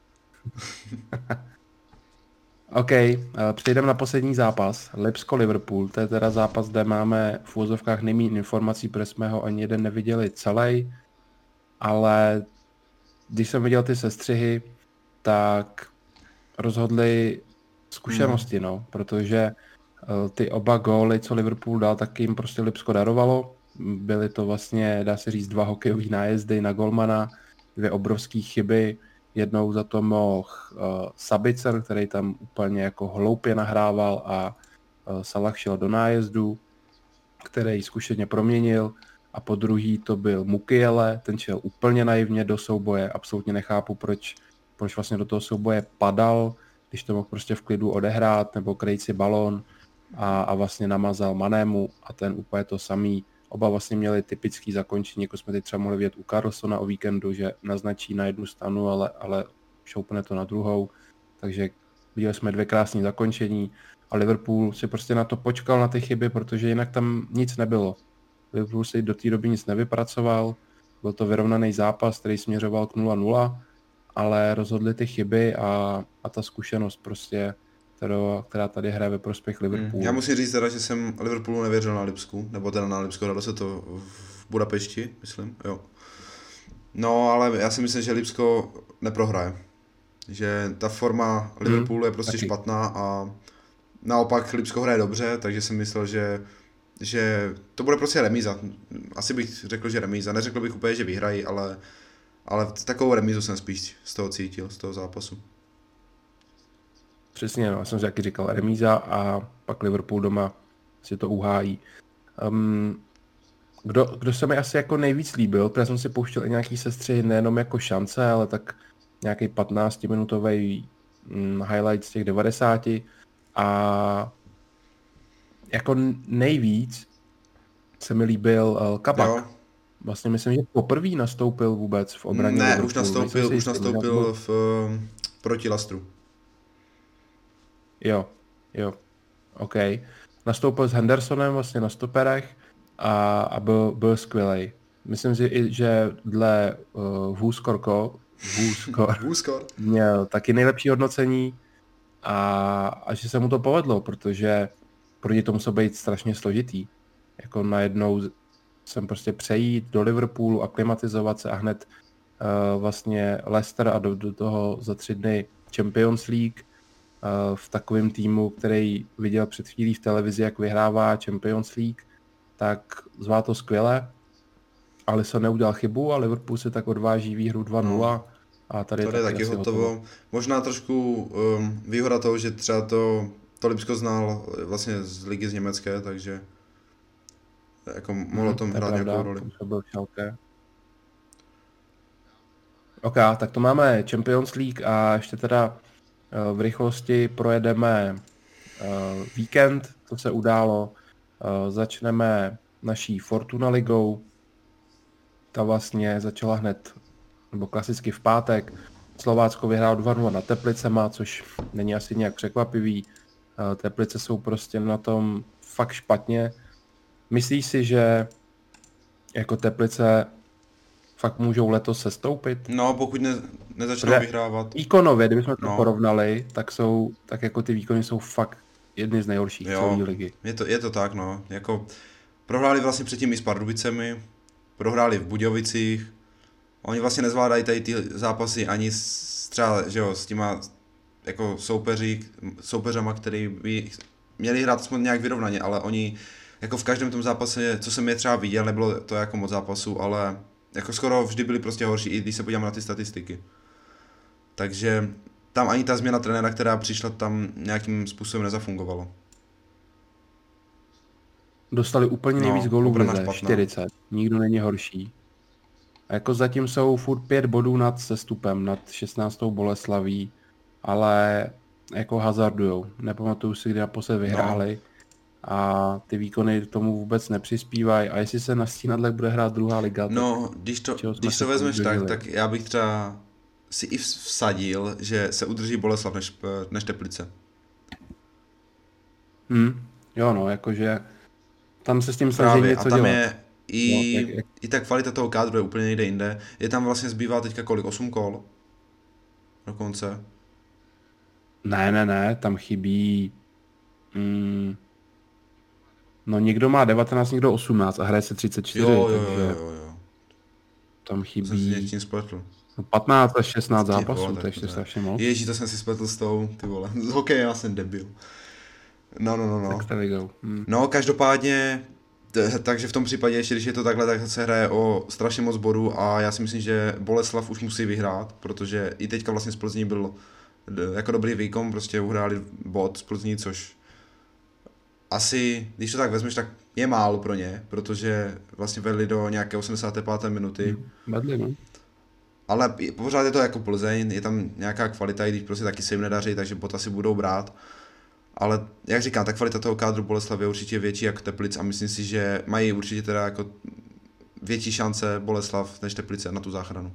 OK, přejdeme na poslední zápas. Lipsko-Liverpool, to je teda zápas, kde máme v úvozovkách nejméně informací, protože jsme ho ani jeden neviděli celý, ale když jsem viděl ty sestřihy, tak rozhodli zkušenosti, no, protože ty oba góly, co Liverpool dal, tak jim prostě Lipsko darovalo. Byly to vlastně, dá se říct, 2 hokejové nájezdy na golmana, 2 obrovské chyby. Jednou za to mohl Sabitzer, který tam úplně jako hloupě nahrával a Salah šel do nájezdu. který zkušeně proměnil, a po druhý to byl Mukiele, ten šel úplně naivně do souboje, absolutně nechápu, proč vlastně do toho souboje padal, když to mohl prostě v klidu odehrát, nebo krejt si balón a vlastně namazal Manému a ten úplně to samý. Oba vlastně měli typický zakončení, jako jsme teď třeba mohli vidět u Carlsona o víkendu, že naznačí na jednu stranu, ale šoupne to na druhou, takže viděli jsme 2 krásné zakončení a Liverpool si prostě na to počkal, na ty chyby, protože jinak tam nic nebylo. Liverpool si do té doby nic nevypracoval, byl to vyrovnaný zápas, který směřoval k 0-0, ale rozhodly ty chyby a ta zkušenost prostě, která tady hraje ve prospěch Liverpoolu. Já musím říct teda, že jsem Liverpoolu nevěřil na Lipsku, nebo teda na Lipsku, dalo se to v Budapešti, myslím, jo. No, ale já si myslím, že Lipsko neprohraje. Že ta forma Liverpoolu je prostě špatná a naopak Lipsko hraje dobře, takže jsem myslel, že to bude prostě remíza. Asi bych řekl, že remíza. Neřekl bych úplně, že vyhrají, ale takovou remízu jsem spíš z toho cítil, z toho zápasu. Přesně, no, já jsem si taky říkal remíza a pak Liverpool doma si to uhájí. Kdo se mi asi jako nejvíc líbil, protože jsem si pouštěl i nějaký sestřihy nejenom jako šance, ale tak nějaký 15-minutový highlight z těch 90 a jako nejvíc se mi líbil Kabak. Vlastně myslím, že poprvé nastoupil vůbec v obraně. Ne, už nastoupil proti Lastru. Jo, OK. Nastoupil s Hendersonem vlastně na stoperech a byl skvělej. Myslím si, že dle WhoScore měl taky nejlepší hodnocení a že se mu to povedlo, protože pro ně to muselo být strašně složitý. Jako najednou jsem prostě přejít do Liverpoolu, aklimatizovat se a hned vlastně Leicester a do toho za 3 dny Champions League v takovém týmu, který viděl před chvílí v televizi, jak vyhrává Champions League, tak zvá to skvěle. Alisson neudělal chybu a Liverpool si tak odváží výhru 2-0 a tady je taky hotovo. Možná trošku výhoda toho, že třeba to Lipsko znal vlastně z ligy z německé, takže jako mohlo tom hrát nějakou roli. OK, tak to máme Champions League a ještě teda v rychlosti projedeme víkend, co se událo. Začneme naší Fortuna ligou. Ta vlastně začala hned, nebo klasicky v pátek. Slovácko vyhrálo 2-0 na Teplicema, což není asi nějak překvapivý. Teplice jsou prostě na tom fakt špatně. Myslíš si, že jako Teplice fakt můžou letos sestoupit? No, pokud nezačnou vyhrávat. Výkonově, kdybychom to porovnali, tak jako ty výkony jsou fakt jedny z nejhorších celé ligy. Je to tak, no. Jako prohráli vlastně předtím i s Pardubicemi, prohráli v Budějovicích. Oni vlastně nezvládají tady ty zápasy ani třeba, že jo, s těma jako soupeřama, který by měli hrát aspoň nějak vyrovnaně, ale oni jako v každém tom zápase, co jsem je třeba viděl, nebylo to jako moc zápasů, ale jako skoro vždy byli prostě horší, i když se podíváme na ty statistiky. Takže tam ani ta změna trenéra, která přišla, tam nějakým způsobem nezafungovalo. Dostali úplně nejvíc gólů v lize, 40. Nikdo není horší. A jako zatím jsou furt 5 bodů nad sestupem, nad 16. Boleslaví, ale jako hazardujou. Nepamatuju si, kdy naposled vyhráli. A ty výkony tomu vůbec nepřispívají. A jestli se na Stínadlech bude hrát druhá liga, no, když to vezmeš tak já bych třeba si i vsadil, že se udrží Boleslav než Teplice. Jo no, jakože tam se s tím snaží něco dělat. A tam je i ta kvalita toho kádru je úplně někde jinde. Je tam vlastně zbývá teďka kolik? 8 kol? Dokonce. Ne, tam chybí... No někdo má 19, někdo 18 a hraje se 34, takže tam chybí 15 až 16 zápasů, to je ještě strašně moc. Ježí, to jsem si spletl s tou, ty vole, z hokeje já jsem debil. No. No, každopádně, takže v tom případě, ještě když je to takhle, tak se hraje o strašně moc bodů a já si myslím, že Boleslav už musí vyhrát, protože i teďka vlastně z Plzní byl jako dobrý výkon, prostě uhráli bod z Plzní, což asi, když to tak vezmeš, tak je málo pro ně, protože vlastně vedli do nějaké 85. minuty. Vedli, no. Ale pořád je to jako Plzeň, je tam nějaká kvalita, i když prostě taky se jim nedaří, takže Bota si budou brát. Ale jak říkám, ta kvalita toho kádru Boleslav je určitě větší jako Teplic a myslím si, že mají určitě teda jako větší šance Boleslav než Teplice na tu záchranu.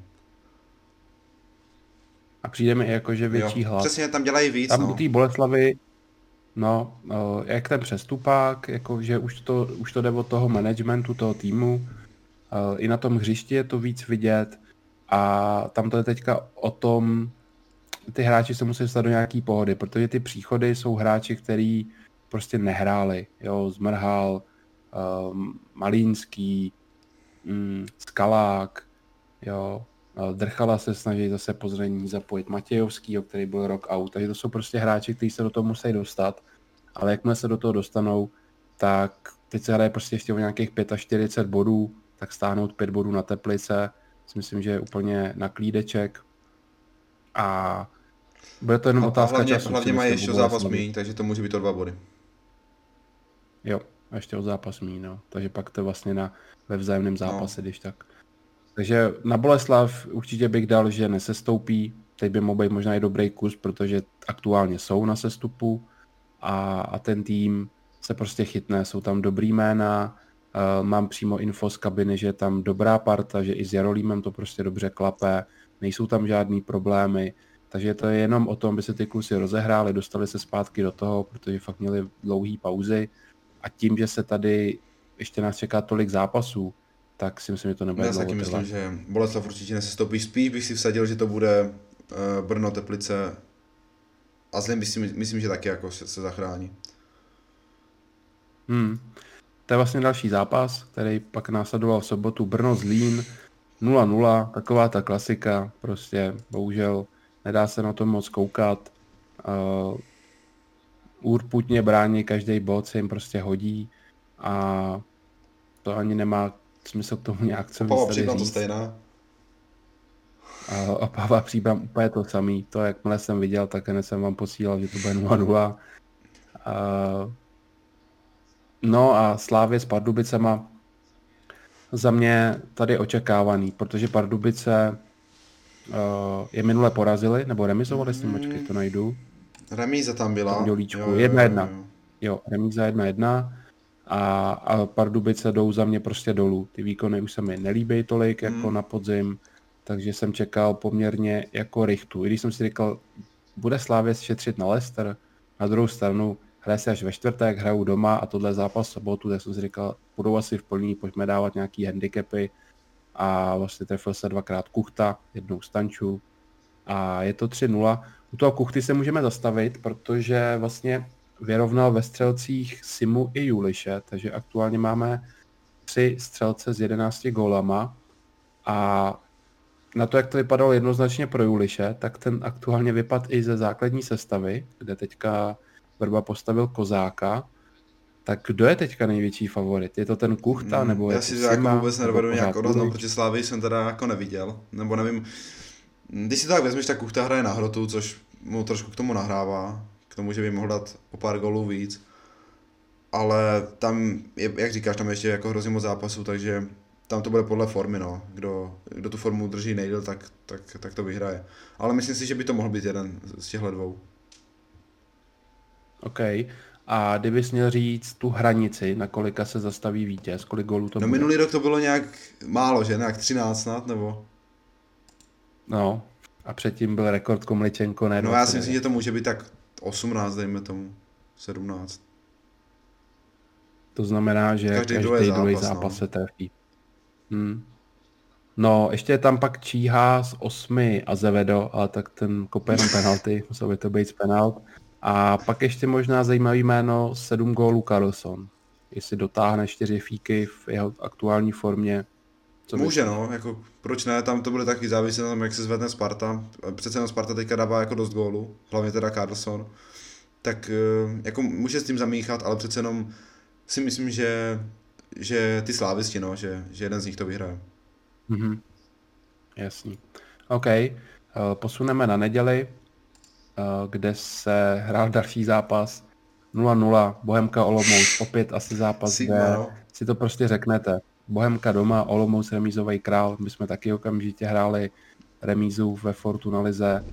A přijde mi i jako, že větší hlad. Přesně, tam dělají víc, Tam no. u té Boleslavy, no, jak ten přestupák, jako, že už to jde od toho managementu, toho týmu, i na tom hřišti je to víc vidět a tam to je teďka o tom, ty hráči se musí dostat do nějaký pohody, protože ty příchody jsou hráči, který prostě nehráli, jo, Zmrhal, Malínský, Skalák, jo, Drchala se snaží zase po zranění zapojit, Matějovský, který byl rok out, takže to jsou prostě hráči, kteří se do toho musí dostat, ale jakmile se do toho dostanou, tak teď se hraje prostě ještě o nějakých 45 bodů, tak stáhnout 5 bodů na Teplice, si myslím, že je úplně na klídeček a bude to jenom otázka času. Hlavně mají ještě zápas míň, takže to může být o 2 body. Jo, a ještě o zápas míň, no. Takže pak to vlastně ve vzájemném zápase, když tak. Takže na Boleslav určitě bych dal, že nesestoupí. Teď by mohl být možná i dobrý kus, protože aktuálně jsou na sestupu a ten tým se prostě chytne. Jsou tam dobrý jména, mám přímo info z kabiny, že je tam dobrá parta, že i s Jarolímem to prostě dobře klape, nejsou tam žádný problémy. Takže to je jenom o tom, aby se ty kluci rozehráli, dostali se zpátky do toho, protože fakt měli dlouhý pauzy a tím, že se tady ještě nás čeká tolik zápasů, tak si myslím, že to nebude Já taky myslím, že Boleslav určitě nesestoupí. Spíš bych si vsadil, že to bude Brno, Teplice a Zlín myslím, že taky jako se zachrání. To je vlastně další zápas, který pak následoval v sobotu. Brno Zlín 0-0, taková ta klasika, prostě bohužel nedá se na to moc koukat. Urputně brání každý bod, se jim prostě hodí a to ani nemá smysl k tomu nějak co víc tady říct. To stejná. Opava Příbram úplně to samý. To, jakmile jsem viděl, tak hned jsem vám posílal, že to bude 0-0. No a Slávě s Pardubicema za mě tady očekávaný, protože Pardubice je minule porazili, nebo remizovali s ním, počkej, to najdu. Remíza tam byla. 1-1. Jo, remíza 1-1 a Pardubice jdou za mě prostě dolů. Ty výkony už se mi nelíbí tolik jako na podzim, takže jsem čekal poměrně jako rychtu. I když jsem si říkal, bude Slávě šetřit na Leicester, na druhou stranu hraje se až ve čtvrtek, hrajou doma a tohle zápas v sobotu, tak jsem si říkal, budou asi v plný, pojďme dávat nějaký handicapy a vlastně trefil se 2krát Kuchta, jednou Stanču a je to 3-0. U toho Kuchty se můžeme zastavit, protože vlastně vyrovnal ve střelcích Simu i Juliše, takže aktuálně máme 3 střelce s 11 gólama a na to, jak to vypadalo jednoznačně pro Juliše, tak ten aktuálně vypad i ze základní sestavy, kde teďka Vrba postavil Kozáka. Tak kdo je teďka největší favorit? Je to ten Kuchta, nebo je já to si Sima? Jako vůbec nedovedu nějak odhadnout, protože Slávy jsem teda jako neviděl, nebo nevím. Když si to tak vezmeš, tak Kuchta hraje na hrotu, což mu trošku k tomu nahrává, k tomu, že by mohl dát o pár gólů víc. Ale tam, jak říkáš, tam ještě jako hrozně moc zápasů, takže tam to bude podle formy, no. Kdo tu formu drží nejdéle, tak to vyhraje. Ale myslím si, že by to mohl být jeden z těchto dvou. OK. A kdybys měl říct tu hranici, na kolika se zastaví vítěz, kolik gólů to bude? No minulý rok to bylo nějak málo, že? Nějak 13 snad, nebo? No, a předtím byl rekord Komličenko, ne? No já si myslím, že to může být tak 18, dejme tomu, 17. To znamená, že každý druhý zápas se trefí. No, ještě tam pak číhá z 8 Azevedo, ale tak ten kope jenom penalty, musel by to být z penalt. A pak ještě možná zajímavý jméno 7 gólů Carlson. Jestli dotáhne 4 fíky v jeho aktuální formě. Může, no, jako proč ne, tam to bude taky záviset na tom, jak se zvedne Sparta. Přece jenom Sparta teďka dává jako dost gólů, hlavně teda Carlson. Tak jako může s tím zamíchat, ale přece jenom si myslím, že ty slávisti, no, že jeden z nich to vyhraje. Jasný. OK, posuneme na neděli, kde se hrál další zápas 0-0, Bohemka Olomouc, opět asi zápas, Sigma, kde no. si to prostě řeknete. Bohemka doma, Olomouc remízový král, my jsme taky okamžitě hráli remízu ve Fortuna lize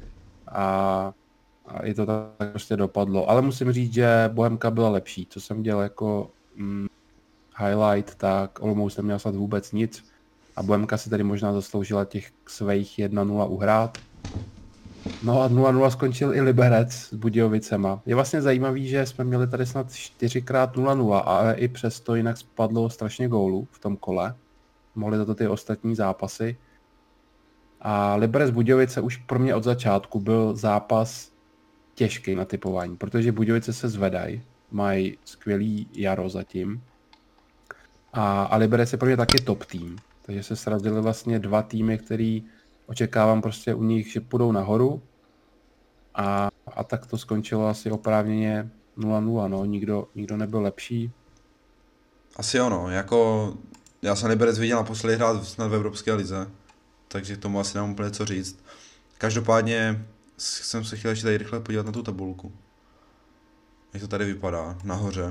a i to tak prostě dopadlo. Ale musím říct, že Bohemka byla lepší. Co jsem dělal jako highlight, tak Olomouc neměl snad vůbec nic a Bohemka si tady možná zasloužila těch svých 1-0 uhrát. No a 0-0 skončil i Liberec s Budějovicema. Je vlastně zajímavý, že jsme měli tady snad 4x 0-0, ale i přesto jinak spadlo strašně gólů v tom kole. Mohli to ty ostatní zápasy. A Liberec Budějovice už pro mě od začátku byl zápas těžký na typování, protože Budějovice se zvedají, mají skvělý jaro zatím. A Liberec je pro mě taky top tým. Takže se srazili vlastně dva týmy, který očekávám prostě u nich, že půjdou nahoru. A tak to skončilo asi oprávněně 0-0, no. Nikdo nebyl lepší. Asi ono, jako já jsem Liberec viděl naposledy hrát snad v Evropské lize, takže k tomu asi nemám úplně co říct. Každopádně jsem se chtěl ještě tady rychle podívat na tu tabulku. Jak to tady vypadá, nahoře.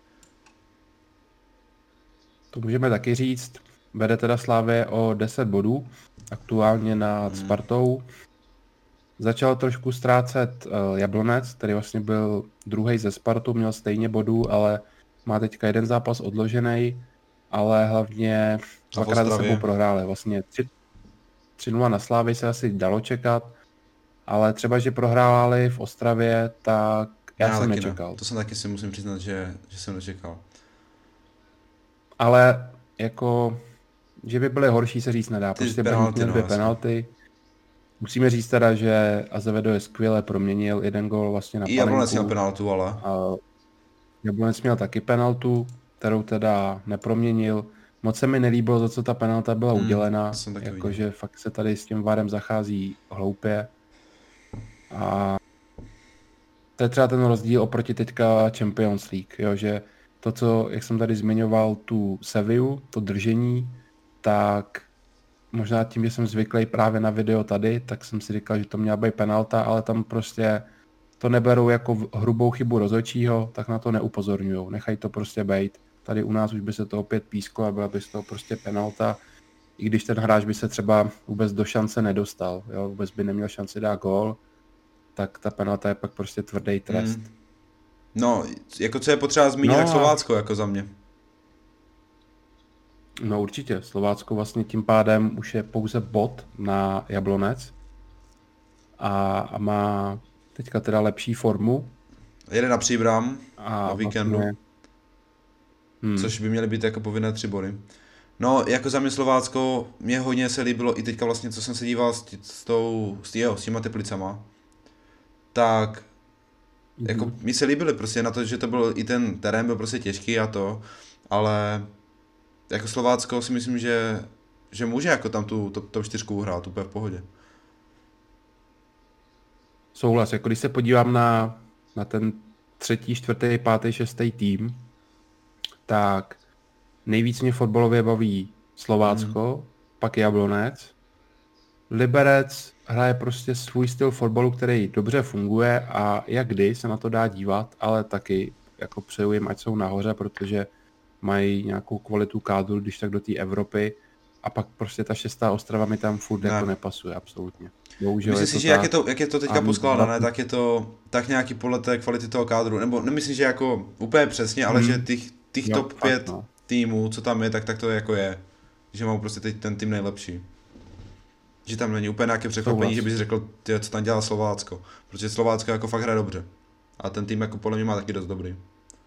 To můžeme taky říct. Vede teda Slavie o 10 bodů, aktuálně nad Spartou. Začal trošku ztrácet Jablonec, který vlastně byl druhý ze Spartu, měl stejně bodů, ale má teďka jeden zápas odložený, ale hlavně dvakrát za sebou prohráli. Vlastně 3-0 na Slávy se asi dalo čekat, ale třeba, že prohráli v Ostravě, tak já jsem nečekal. Ne. To jsem taky si musím přiznat, že jsem nečekal. Ale jako, že by byly horší, se říct nedá. Prostě měl dvě penalty. Musíme říct teda, že Azevedo je skvěle proměnil jeden gól vlastně na panenku. I Jablonec měl penaltu, ale... Jablonec měl taky penaltu, kterou teda neproměnil. Moc se mi nelíbilo, za co ta penalta byla udělena. Jakože fakt se tady s tím VARem zachází hloupě. A to je třeba ten rozdíl oproti teďka Champions League, jo, že to, co, jak jsem tady zmiňoval, tu Sevillu, to držení, tak možná tím, že jsem zvyklý právě na video tady, tak jsem si říkal, že to měla být penalta, ale tam prostě to neberou jako hrubou chybu rozhodčího, tak na to neupozorňujou, nechají to prostě bejt. Tady u nás už by se to opět písklo a byla by z toho prostě penalta, i když ten hráč by se třeba vůbec do šance nedostal, jo, vůbec by neměl šanci dát gól, tak ta penalta je pak prostě tvrdý trest. No, jako co je potřeba zmínit, tak Slovácko jako za mě. No určitě, Slovácko vlastně tím pádem už je pouze bod na Jablonec a má teďka teda lepší formu. Jede na Příbram na víkendu, vlastně... což by měly být jako povinné 3 body. No, jako za mě Slovácko, mě hodně se líbilo i teďka vlastně, co jsem se díval s těma Teplicama, tak jako mi se líbily prostě na to, že to byl i ten terén byl prostě těžký a to, ale jako Slovácko si myslím, že může jako tam tu top 4 uhrát úplně v pohodě. Souhlas, jako když se podívám na ten 3., 4., 5., 6. tým, tak nejvíc mě fotbalově baví Slovácko, pak Jablonec. Liberec hraje prostě svůj styl fotbalu, který dobře funguje a jak kdy se na to dá dívat, ale taky jako přeju jim, ať jsou nahoře, protože mají nějakou kvalitu kádru, když tak do té Evropy a pak prostě ta 6. Ostrava mi tam furt jako nepasuje, absolutně. Bohužel myslím si, že jak je to teďka poskládané, tak je to tak nějaký podle té kvality toho kádru, nebo nemyslím, že jako úplně přesně, ale že těch top 5 týmů, co tam je, tak to jako je. Že mám prostě teď ten tým nejlepší. Že tam není úplně nějaké překvapení, že bys řekl, co tam dělá Slovácko. Protože Slovácko jako fakt hraje dobře. A ten tým jako podle mě má taky dost dobrý.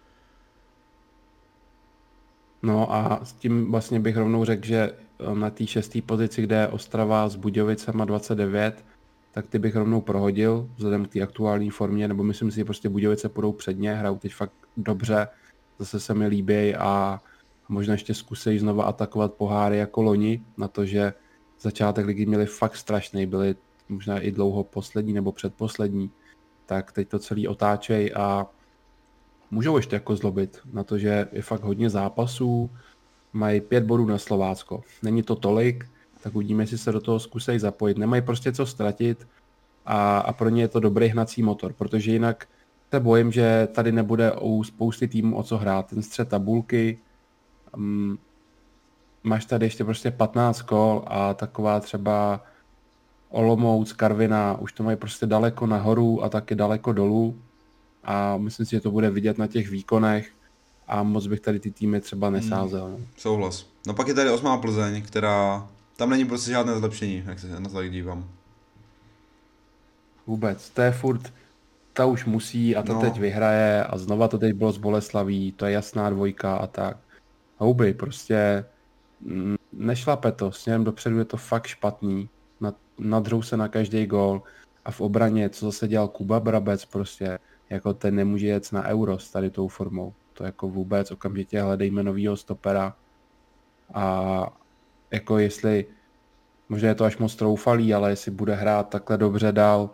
No a s tím vlastně bych rovnou řekl, že na té 6. pozici, kde je Ostrava s Budějovicema 29, tak ty bych rovnou prohodil vzhledem k té aktuální formě, nebo myslím si, že prostě Budějovice půjdou předně, hrajou teď fakt dobře, zase se mi líbí a možná ještě zkusí znova atakovat poháry jako loni, na to, že začátek ligy měli fakt strašný, byli možná i dlouho poslední nebo předposlední, tak teď to celý otáčej a můžou ještě jako zlobit na to, že je fakt hodně zápasů, mají 5 bodů na Slovácko. Není to tolik, tak uvidíme, jestli se do toho zkusej zapojit. Nemají prostě co ztratit a pro ně je to dobrý hnací motor, protože jinak se bojím, že tady nebude u spousty týmů o co hrát. Ten střed tabulky, máš tady ještě prostě 15 kol a taková třeba Olomouc, Karviná, už to mají prostě daleko nahoru a taky daleko dolů a myslím si, že to bude vidět na těch výkonech a moc bych tady ty týmy třeba nesázel. No. Souhlas. No pak je tady 8. Plzeň, která, tam není prostě žádné zlepšení, jak se na to tak dívám. Vůbec, to je furt, ta už musí a ta No. teď vyhraje a znova to teď bylo z Boleslaví, to je jasná dvojka a tak. Houby, prostě nešlape to, směrem dopředu je to fakt špatný, nadřou se na každý gól a v obraně, co zase dělal Kuba Brabec, prostě jako ten nemůže jet na Euro s tady tou formou. To jako vůbec, okamžitě hledejme novýho stopera a jako jestli, možná je to až moc troufalý, ale jestli bude hrát takhle dobře dál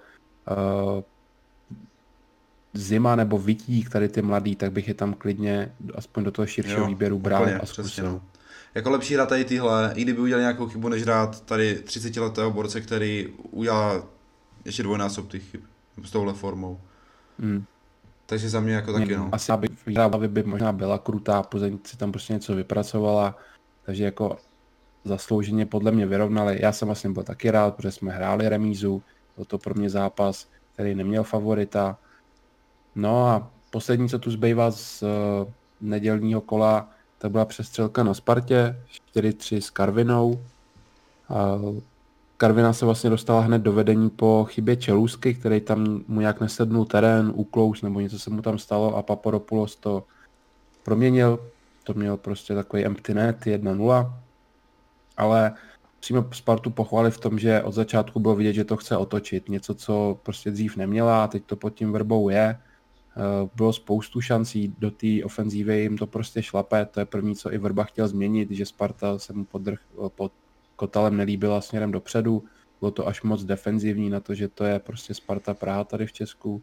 Zima nebo Vitík, tady ty mladý, tak bych je tam klidně aspoň do toho širšího výběru bral úplně, a zkusil. No. Jako lepší hrát tady tyhle, i kdyby udělal nějakou chybu, než hrát tady 30letého borce, který udělá ještě dvojnásob těch chyb s touhle formou. Takže za mě jako taky, no. Asi by možná byla krutá, Plzeň si tam prostě něco vypracovala, takže jako zaslouženě podle mě vyrovnali. Já jsem vlastně byl taky rád, protože jsme hráli remízu, byl to pro mě zápas, který neměl favorita. No a poslední, co tu zbývá z nedělního kola, to byla přestřelka na Spartě, 4-3 s Karvinou. Karvina se vlastně dostala hned do vedení po chybě Čelůsky, který tam mu nějak nesednul terén, uklous nebo něco se mu tam stalo a Papadopoulos to proměnil. To měl prostě takový empty net 1-0. Ale musíme Spartu pochválit v tom, že od začátku bylo vidět, že to chce otočit. Něco, co prostě dřív neměla a teď to pod tím Vrbou je. Bylo spoustu šancí, do té ofenzívy jim to prostě šlape. To je první, co i Vrba chtěl změnit, že Sparta se mu pod Kotalem nelíbila směrem dopředu. Bylo to až moc defenzivní na to, že to je prostě Sparta Praha tady v Česku.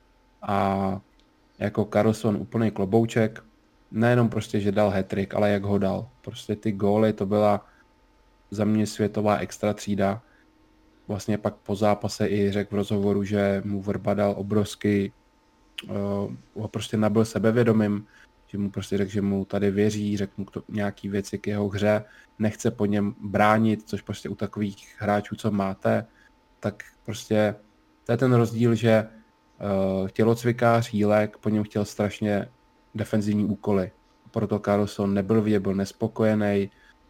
A jako Karlsson úplný klobouček. Nejenom prostě, že dal hat-trick, ale jak ho dal. Prostě ty góly, to byla za mě světová extra třída. Vlastně pak po zápase i řekl v rozhovoru, že mu Vrba dal obrovský, ho prostě nabyl sebevědomím, že mu prostě řekl, že mu tady věří, řekl mu nějaký věci k jeho hře, nechce po něm bránit, což prostě u takových hráčů, co máte, tak prostě to je ten rozdíl, že tělocvikář Jílek po něm chtěl strašně defenzivní úkoly. Proto Karlsson nebyl vidět, byl nespokojený,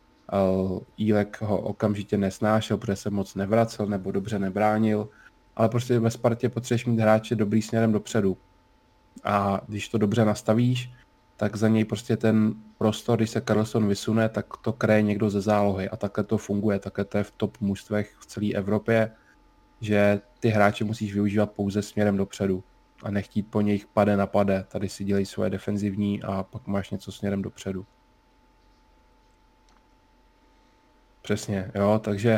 Jílek ho okamžitě nesnášel, protože se moc nevracel nebo dobře nebránil, ale prostě ve Spartě potřebuješ mít hráče dobrý směrem dopředu. A když to dobře nastavíš, tak za něj prostě ten prostor, když se Karlsson vysune, tak to kreje někdo ze zálohy a takhle to funguje, takhle to je v top mužstvech v celé Evropě, že ty hráče musíš využívat pouze směrem dopředu a nechtít po nich pade na pade, tady si dělej svoje defenzivní a pak máš něco směrem dopředu. Přesně, jo, takže...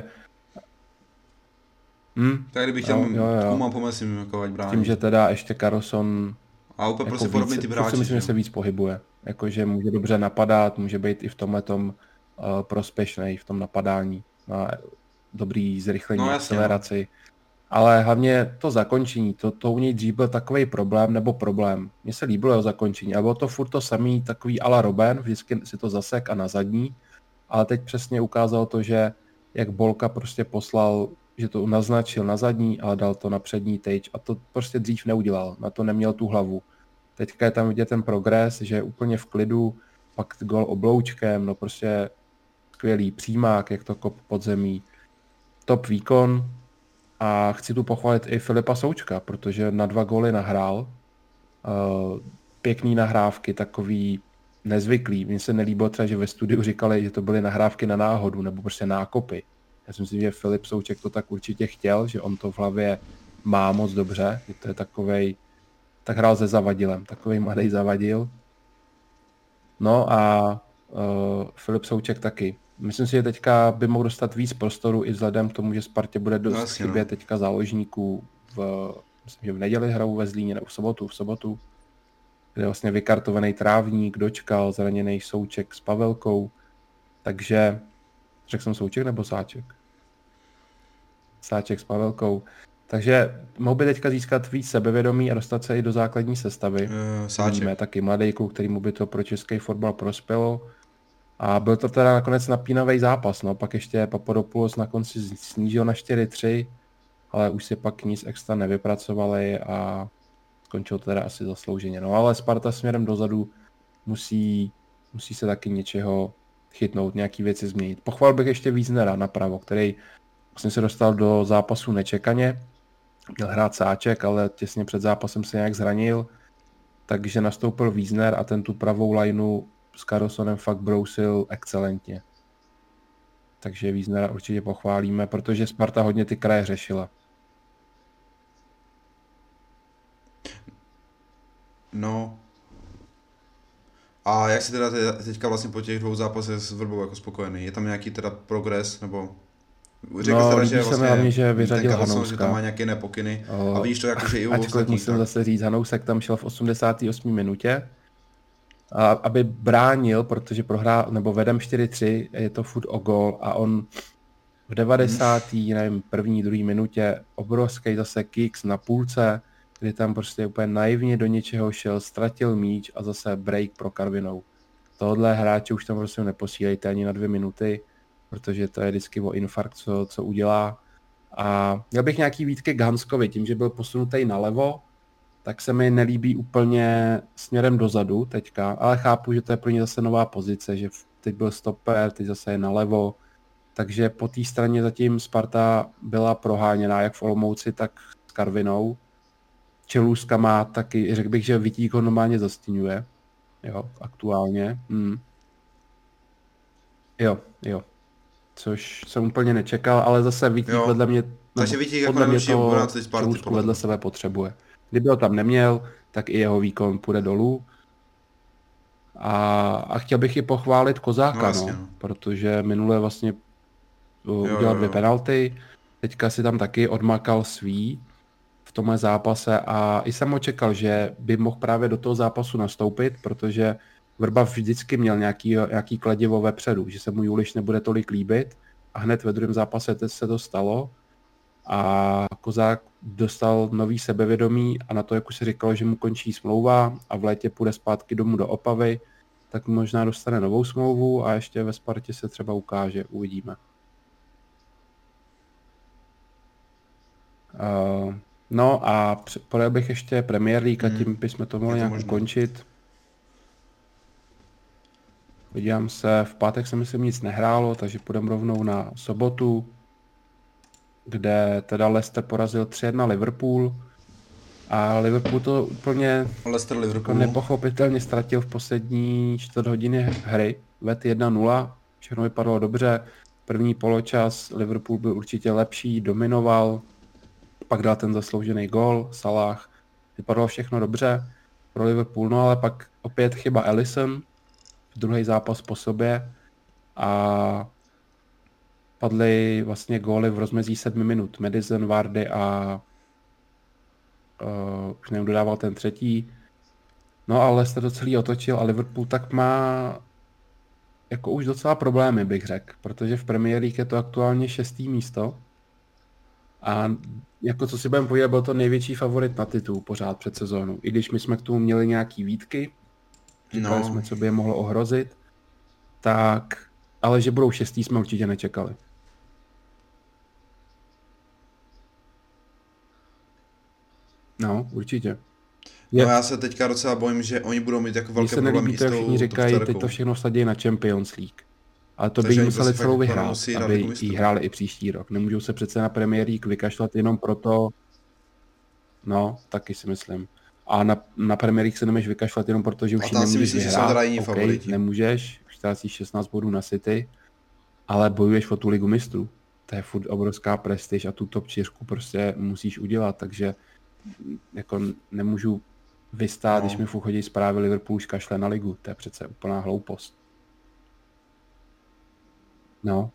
Tak kdybych chtěl Kuma pomyslím, jako ať brání. Tím, že teda ještě Karlsson a úplně prostě podobný typ hráči. Myslím, že se víc pohybuje. Jakože může dobře napadat, může být i v tomhletom prospěšnej v tom napadání. Má dobrý zrychlení, akceleraci. Ale hlavně to zakončení, to u něj dřív byl takový problém, nebo problém. Mně se líbilo jeho zakončení, ale bylo to furt to samý, takový a la Robben, vždycky si to zasek a na zadní. Ale teď přesně ukázal to, že jak Bolka prostě poslal, že to naznačil na zadní, ale dal to na přední tyč a to prostě dřív neudělal, na to neměl tu hlavu. Teďka je tam vidět ten progres, že je úplně v klidu, pak gol obloučkem, no prostě skvělý přímák, jak to kop pod zemí. Top výkon a chci tu pochválit i Filipa Součka, protože na 2 góly nahrál. Pěkný nahrávky, takový nezvyklý. Mně se nelíbilo třeba, že ve studiu říkali, že to byly nahrávky na náhodu nebo prostě nákopy. Já si myslím, že Filip Souček to tak určitě chtěl, že on to v hlavě má moc dobře, že to je takovej, tak hrál se Zavadilem, takovej mladý Zavadil. No a Filip Souček taky. Myslím si, že teďka by mohl dostat víc prostoru i vzhledem k tomu, že Spartě bude dost chybět teďka záložníků myslím, že v neděli hrajou ve Zlíně nebo v sobotu, kde je vlastně vykartovaný Trávník, Dočkal, zraněný Souček s Pavelkou, takže řekl jsem Souček nebo Sáček? Sáček s Pavelkou, Takže mohl by teďka získat víc sebevědomí a dostat se i do základní sestavy. Vidíme Sáček. taky mladý kluk, který mu by to pro český fotbal prospělo. A byl to teda nakonec napínavý zápas, no. Pak ještě Papadopoulos na konci snížil na 4-3, ale už si pak nic extra nevypracovali a skončil to teda asi zaslouženě. No ale Sparta směrem dozadu musí se taky něčeho chytnout, nějaký věci změnit. Pochval bych ještě Wiesnera napravo, který vlastně se dostal do zápasu nečekaně. Měl hrát Sáček, ale těsně před zápasem se nějak zranil, takže nastoupil Wiesner a ten tu pravou lineu s Carlsonem fakt brousil excelentně. Takže Wiesnera určitě pochválíme, protože Sparta hodně ty kraje řešila. No. A jak jsi teda teďka vlastně po těch 2 zápasech s Vrbou jako spokojený? Je tam nějaký teda progres, nebo... Řekl jsi teda, že líbí se mi hlavně, že vyřadil Carlson, Hanouska. že tam má nějaké nepokyny a vidíš to jako, že i u Ačkoliv ostatních, musím tak? zase říct, Hanousek tam šel v 88. minutě, aby bránil, protože prohrál, nebo vedem 4-3, je to furt o gól a on v 90. nevím, první, druhý minutě obrovský zase kicks na půlce, kdy tam prostě úplně naivně do něčeho šel, ztratil míč a zase break pro Karvinou. Tohle hráče už tam prostě neposílejte ani na 2 minuty, protože to je vždycky o infarkt, co udělá. A měl bych nějaký výtky k Hanskovi, tím, že byl posunutý nalevo, tak se mi nelíbí úplně směrem dozadu teďka, ale chápu, že to je pro ně zase nová pozice, že teď byl stoper, teď zase je nalevo, takže po té straně zatím Sparta byla proháněná jak v Olomouci, tak s Karvinou. Čelůstka má taky, řekl bych, že Vitík ho normálně zastínuje, jo, aktuálně. Jo. Což jsem úplně nečekal, ale zase Vitík vedle mě, takže Vitík jako podle mě nejlepší to obránce Sparty Čelůstku vedle sebe potřebuje. Kdyby ho tam neměl, tak i jeho výkon půjde dolů. A chtěl bych i pochválit Kozáka, protože minule vlastně udělal 2 penalty, teďka si tam taky odmakal svý v tomhle zápase a i jsem očekal, že by mohl právě do toho zápasu nastoupit, protože Vrba vždycky měl nějaký kladivo vepředu, že se mu Juliš nebude tolik líbit a hned ve druhém zápase se to stalo a Kozák dostal nový sebevědomí a na to, jak už se říkalo, že mu končí smlouva a v létě půjde zpátky domů do Opavy, tak možná dostane novou smlouvu a ještě ve Spartě se třeba ukáže, uvidíme. No a podal bych ještě Premier League a tím bychom to mohli nějak ukončit. Podívám se, v pátek se myslím nic nehrálo, takže půjdeme rovnou na sobotu, kde teda Leicester porazil 3-1 Liverpool a Liverpool to úplně jako nepochopitelně ztratil v poslední 4 hodiny hry. Ved 1-0, všechno vypadalo dobře, první poločas Liverpool byl určitě lepší, dominoval, pak dal ten zasloužený gól, Salah, vypadalo všechno dobře pro Liverpool, no ale pak opět chyba Alisson, druhý zápas po sobě a padly vlastně góly v rozmezí 7 minut. Madison, Vardy a už nevím, dodával ten třetí. No ale Leicester to celý otočil a Liverpool tak má jako už docela problémy, bych řekl, protože v Premier League je to aktuálně 6. místo a jako co si budeme povídat, byl to největší favorit na titul pořád před sezónou. I když my jsme k tomu měli nějaký výtky, říkali jsme, co by je mohlo ohrozit, tak, ale že budou 6. jsme určitě nečekali. No, určitě. No já se teďka docela bojím, že oni budou mít jako velké problémy s tou všichni říkají, teď to všechno vsadí na Champions League. Ale to by jim museli celou vyhrát, aby ji hráli i příští rok. Nemůžou se přece na Premier League vykašlat jenom proto, no, taky si myslím. A na Premier League se nemůžeš vykašlat jenom proto, že už ji nemůžeš vyhrát. Okay, nemůžeš, už ztrácíš 16 bodů na City, ale bojuješ o tu ligu mistrů. To je furt obrovská prestiž a tu top 4 prostě musíš udělat, takže jako nemůžu vystát, když mi furt chodí zprávy Liverpool už kašle na ligu. To je přece úplná hloupost. No.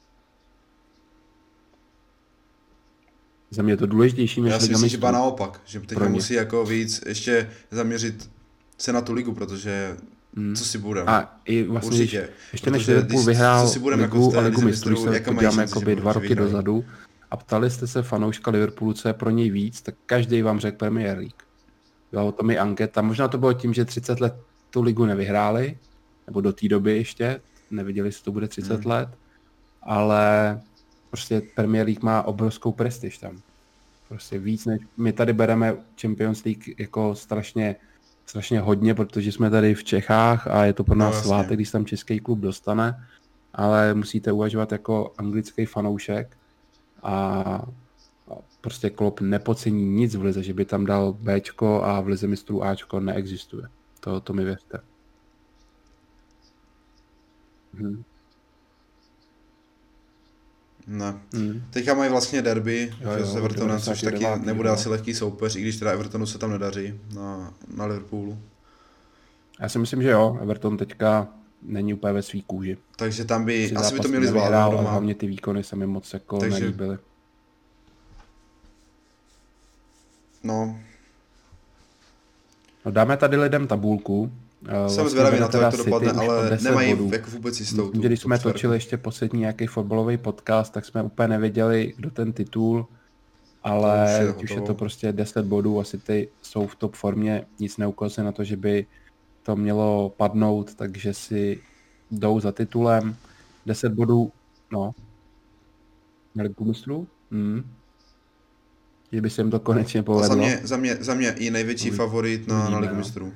Za mě je to důležitější než liga mistrů. Já si myslím, že naopak, že teďka musí jako víc ještě zaměřit se na tu ligu, protože co si budeme. A i vlastně, ještě než Liverpool vyhrál ligu a ligu mistrů, se podíváme jakoby 2 roky dozadu a ptali jste se fanouška Liverpoolu, co je pro něj víc, tak každý vám řekl Premier League. Byla o tom i anketa. Možná to bylo tím, že 30 let tu ligu nevyhráli, nebo do té doby ještě, nevěděli, jestli to bude 30 let, ale prostě Premier League má obrovskou prestiž tam. Prostě víc než my tady bereme Champions League jako strašně hodně, protože jsme tady v Čechách a je to pro nás svátek, když tam český klub dostane, ale musíte uvažovat jako anglický fanoušek a prostě Klopp nepocení nic v lize, že by tam dal Bčko a v lize mistrů Ačko neexistuje. To mi věřte. Ne. Teďka mají vlastně derby s Evertonem, což taky nebude asi lehký soupeř, i když teda Evertonu se tam nedaří na Liverpoolu. Já si myslím, že jo, Everton teďka není úplně ve svý kůži. Takže tam by, asi by to měli zvládnout doma. Hlavně ty výkony se mi moc jako nelíbily. No, dáme tady lidem tabulku. Jsem zvědavý na to, jak to dopadne, ale nemají jako vůbec jistotu. Když jsme točili ještě poslední nějaký fotbalový podcast, tak jsme úplně nevěděli, kdo ten titul, ale už je to prostě 10 bodů, asi ty jsou v top formě, nic neukazuje na to, že by to mělo padnout, takže si jdou za titulem. 10 bodů, no. Na Ligu mistrů? Že by se jim to konečně povedlo. Za mě i největší favorit na Ligu mistrů.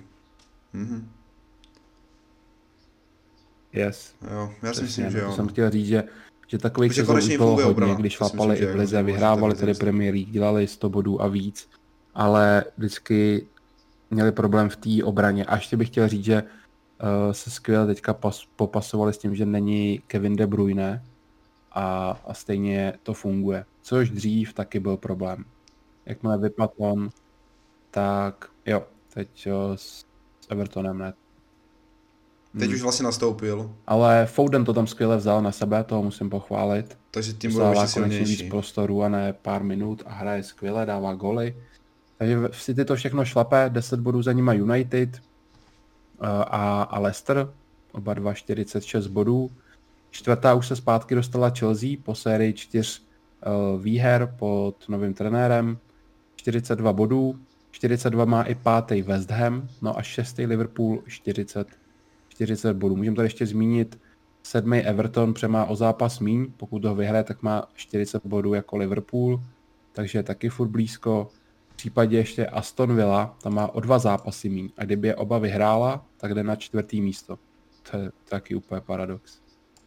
Yes. Jo, já si myslím, že jo. To jsem chtěl říct, že takových sezon už bylo hodně, když šlapali i v lize, vyhrávali tady Premier League, dělali 100 bodů a víc, ale vždycky měli problém v té obraně. A ještě bych chtěl říct, že se skvěle teďka popasovali s tím, že není Kevin De Bruyne a stejně to funguje. Což dřív taky byl problém. Jakmile vypadl on, tak jo, teď s Evertonem ne. Teď už vlastně nastoupil. Ale Foden to tam skvěle vzal na sebe, toho musím pochválit. Takže tím bylo ještě silnější. Víc prostoru a ne pár minut a hraje skvěle, dává goly. Takže v City to všechno šlape, 10 bodů za nima United a Leicester, oba dva 46 bodů. Čtvrtá už se zpátky dostala Chelsea po sérii 4 výher pod novým trenérem, 42 bodů, 42 má i pátý West Ham, no a šestý Liverpool 40 bodů. Můžeme tady ještě zmínit 7. Everton, protože má o zápas míň, pokud ho vyhraje, tak má 40 bodů jako Liverpool, takže je taky furt blízko. V případě ještě Aston Villa, tam má o 2 zápasy míň a kdyby je oba vyhrála, tak jde na 4. místo. To je taky úplně paradox.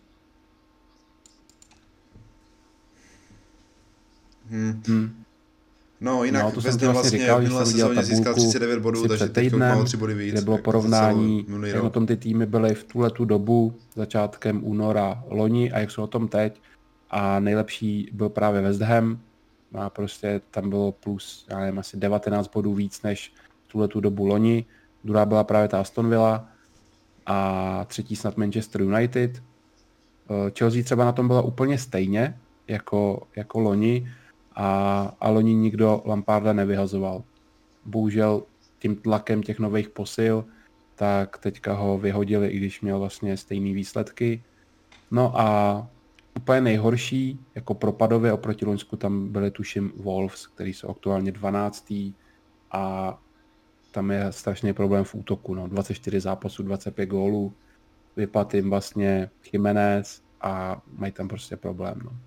No jinak to West Ham vlastně v minulé sezóně získal 39 bodů, takže teď má 3 body víc. Kde bylo porovnání, jak na tom ty týmy byly v tuhletu dobu, začátkem února loni a jak jsou o tom teď. A nejlepší byl právě West Ham. A prostě tam bylo plus, já nevím, asi 19 bodů víc než v tuhletu dobu loni. Druhá byla právě ta Aston Villa a třetí snad Manchester United. Chelsea třeba na tom byla úplně stejně jako loni. A loni nikdo Lamparda nevyhazoval. Bohužel tím tlakem těch nových posil, tak teďka ho vyhodili, i když měl vlastně stejný výsledky. No a úplně nejhorší, jako propadově oproti loňsku, tam byly tuším Wolves, který jsou aktuálně 12. a tam je strašný problém v útoku. No. 24 zápasů, 25 gólů, vypadl jim vlastně Jiménez a mají tam prostě problém. No.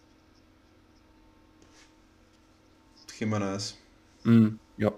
Jiménez. Jo.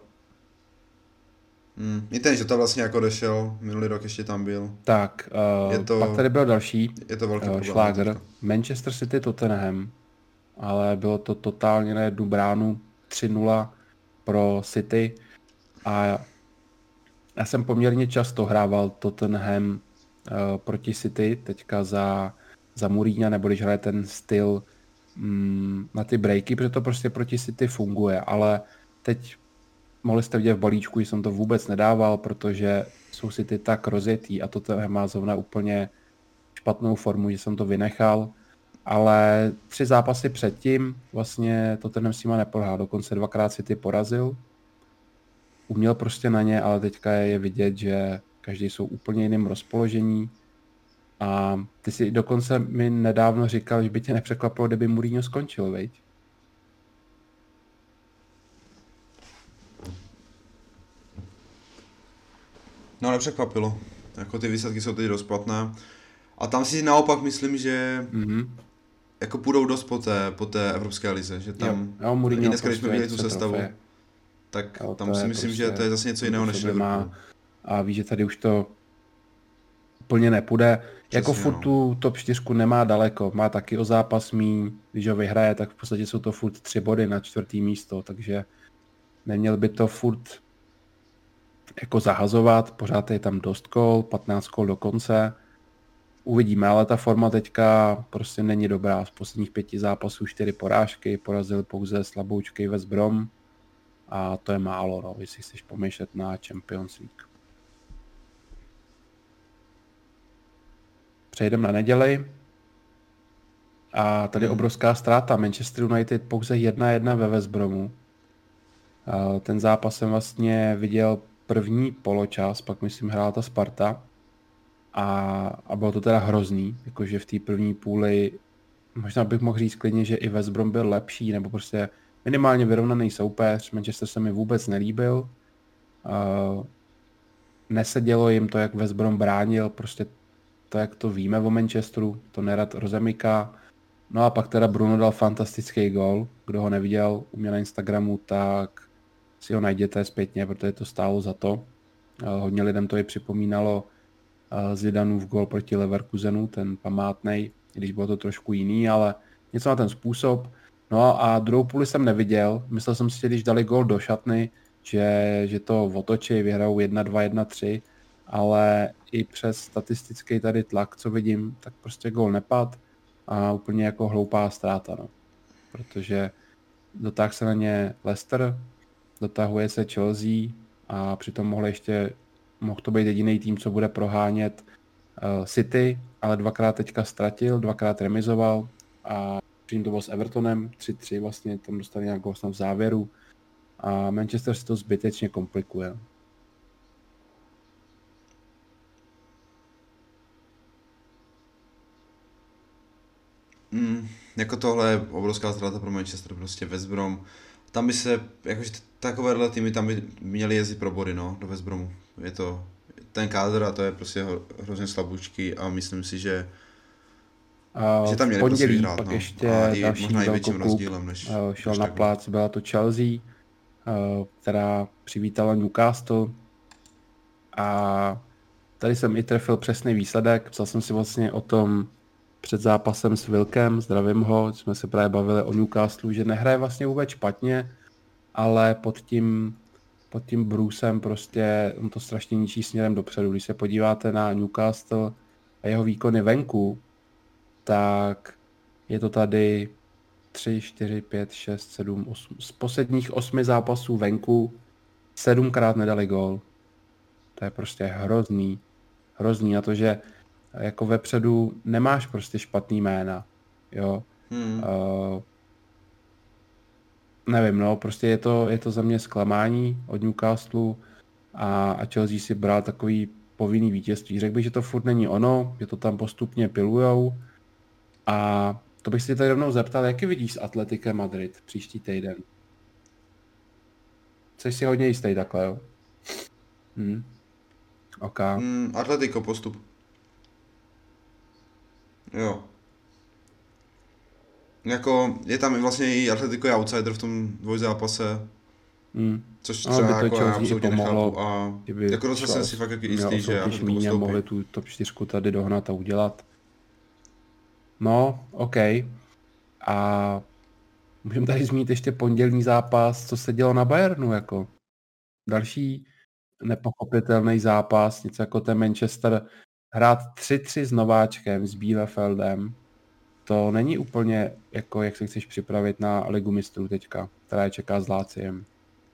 I ten, že to vlastně jako došel, minulý rok ještě tam byl. Tak, pak tady byl další šláger. Manchester City Tottenham, ale bylo to totálně na jednu bránu, 3-0 pro City a já jsem poměrně často hrával Tottenham proti City, teďka za Mourinha, nebo když hraje ten styl na ty breaky, protože to prostě proti City funguje, ale teď mohli jste vidět v balíčku, že jsem to vůbec nedával, protože jsou City tak rozjetý a to má zrovna úplně špatnou formu, že jsem to vynechal, ale 3 zápasy předtím vlastně Tottenham s nima neprohrál, dokonce 2krát City porazil, uměl prostě na ně, ale teďka je vidět, že každý jsou úplně jiným rozpoložení. A ty si dokonce mi nedávno říkal, že by tě nepřekvapilo, kdyby Mourinho skončil, veď? No nepřekvapilo. Jako ty výsledky jsou teď dost platné. A tam si naopak myslím, že Mhm. jako půjdou dost po té Evropské lize, že Jo, tam jo, i Mourinho dneska, když jsme prostě viděli tu chce sestavu, trofeje. tak Jo, tam si myslím, že to je zase něco to jiného po než sobě Liverpool. má a ví, že tady už to úplně nepůjde. Jako Přesně, furt no. tu top 4 nemá daleko, má taky o zápas míň, když ho vyhraje, tak v podstatě jsou to furt 3 body na 4. místo, takže neměl by to furt jako zahazovat, pořád je tam dost kol, 15 kol do konce. Uvidíme, ale ta forma teďka prostě není dobrá. Z posledních 5 zápasů 4 porážky, porazili pouze slaboučky West Brom a to je málo, no, jestli chceš pomýšlet na Champions League. Přejdeme na neděli a tady obrovská ztráta. Manchester United pouze 1-1 ve West Bromu. Ten zápas jsem vlastně viděl první poločas, pak myslím hrála ta Sparta a bylo to teda hrozný, jakože v té první půli možná bych mohl říct klidně, že i West Brom byl lepší, nebo prostě minimálně vyrovnaný soupeř. Manchester se mi vůbec nelíbil. Nesedělo jim to, jak West Brom bránil, prostě to, jak to víme o Manchesteru, to nerad rozemyká. No a pak teda Bruno dal fantastický gol. Kdo ho neviděl u mě na Instagramu, tak si ho najděte zpětně, protože to stálo za to. Hodně lidem to i připomínalo Zidanův gol proti Leverkusenu, ten památnej, když bylo to trošku jiný, ale něco na ten způsob. No a druhou půli jsem neviděl. Myslel jsem si, že když dali gol do šatny, že to otočí, vyhrajou 1-2, 1-3, ale i přes statistický tady tlak, co vidím, tak prostě gol nepad a úplně jako hloupá ztráta, no. Protože dotáhl se na ně Leicester, dotahuje se Chelsea a přitom mohl to být jediný tým, co bude prohánět City, ale dvakrát teďka ztratil, dvakrát remizoval a předtím to bylo s Evertonem 3-3, vlastně tam dostali nějak gol snad v závěru a Manchester si to zbytečně komplikuje. Jako tohle je obrovská ztráta pro Manchester, prostě West Brom. Tam by se, jakože takovéhle týmy tam by měly jezdit pro body, no, do West Bromu. Je to, ten kádr a to je prostě hrozně slaboučký a myslím si, že tam V měli prostě pondělí vyhrát, pak no. ještě A i další možná i větším velkoklub rozdílem než šel než na takhle. plác, byla to Chelsea, která přivítala Newcastle a tady jsem i trefil přesný výsledek, psal jsem si vlastně o tom před zápasem s Wilkem, zdravím ho, jsme se právě bavili o Newcastlu, že nehraje vlastně vůbec špatně, ale pod tím Brucem prostě on to strašně ničí směrem dopředu. Když se podíváte na Newcastle a jeho výkony venku, tak je to tady 3, 4, 5, 6, 7, 8. Z posledních 8 zápasů venku 7krát nedali gól. To je prostě hrozný. Hrozný na to, že jako vepředu nemáš prostě špatný jména. Jo. Nevím, no, prostě je to za mě zklamání od Newcastlu a Chelsea si bral takový povinný vítězství. Řekl bych, že to furt není ono, že to tam postupně pilujou a to bych si tady rovnou zeptal, jaký vidíš s Atletikem Madrid příští týden? Jsi si hodně jistý takhle, jo? OK. Atletico postup. Jo. Jako, je tam vlastně i Atletico je outsider v tom dvojzápase, což No, třeba by to jako já Chelsea i absolutně pomohlo, nechápu a kdyby jako docela jsem si fakt jako jistý, že Atletico míně postoupí. mohli tu top 4 tady dohnat a udělat. No, OK. A můžeme tady zmínit ještě pondělní zápas, co se dělo na Bayernu, jako. Další nepochopitelný zápas, něco jako ten Manchester hrát 3-3 s nováčkem, s Bielefeldem. To není úplně jako, jak se chceš připravit na Ligu mistrů teďka, která je čeká s Láciem.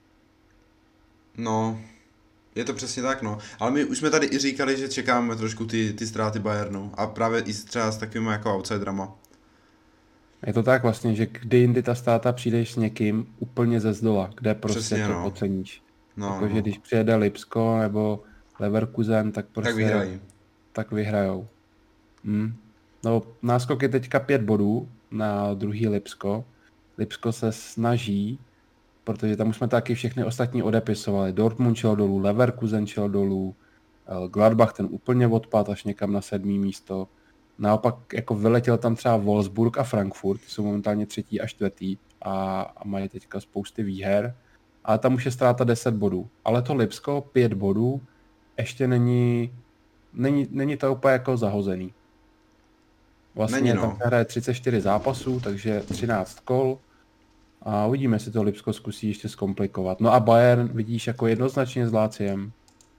No, je to přesně tak, no. Ale my už jsme tady i říkali, že čekáme trošku ty ztráty Bayernu a právě i třeba s takovými jako outsiderama. Je to tak vlastně, že kdy jindy ta ztráta přijdeš s někým úplně ze zdola, kde prostě Přesně, to no. oceníš. No, Jakože no. když přijede Lipsko nebo Leverkusen, tak prostě Tak vyhrají. vyhrajou. No, náskok je teďka 5 bodů na druhý Lipsko. Lipsko se snaží, protože tam už jsme taky všechny ostatní odepisovali. Dortmund šel dolů, Leverkusen šel dolů, Gladbach ten úplně odpad až někam na 7. místo. Naopak jako vyletěl tam třeba Wolfsburg a Frankfurt, jsou momentálně 3. a 4. a mají teďka spousty výher. Ale tam už je ztráta 10 bodů. Ale to Lipsko 5 bodů ještě není to úplně jako zahozený. Vlastně tam se hraje 34 zápasů, takže 13 kol. A uvidíme, jestli to Lipsko zkusí ještě zkomplikovat. No a Bayern vidíš jako jednoznačně s Láciem.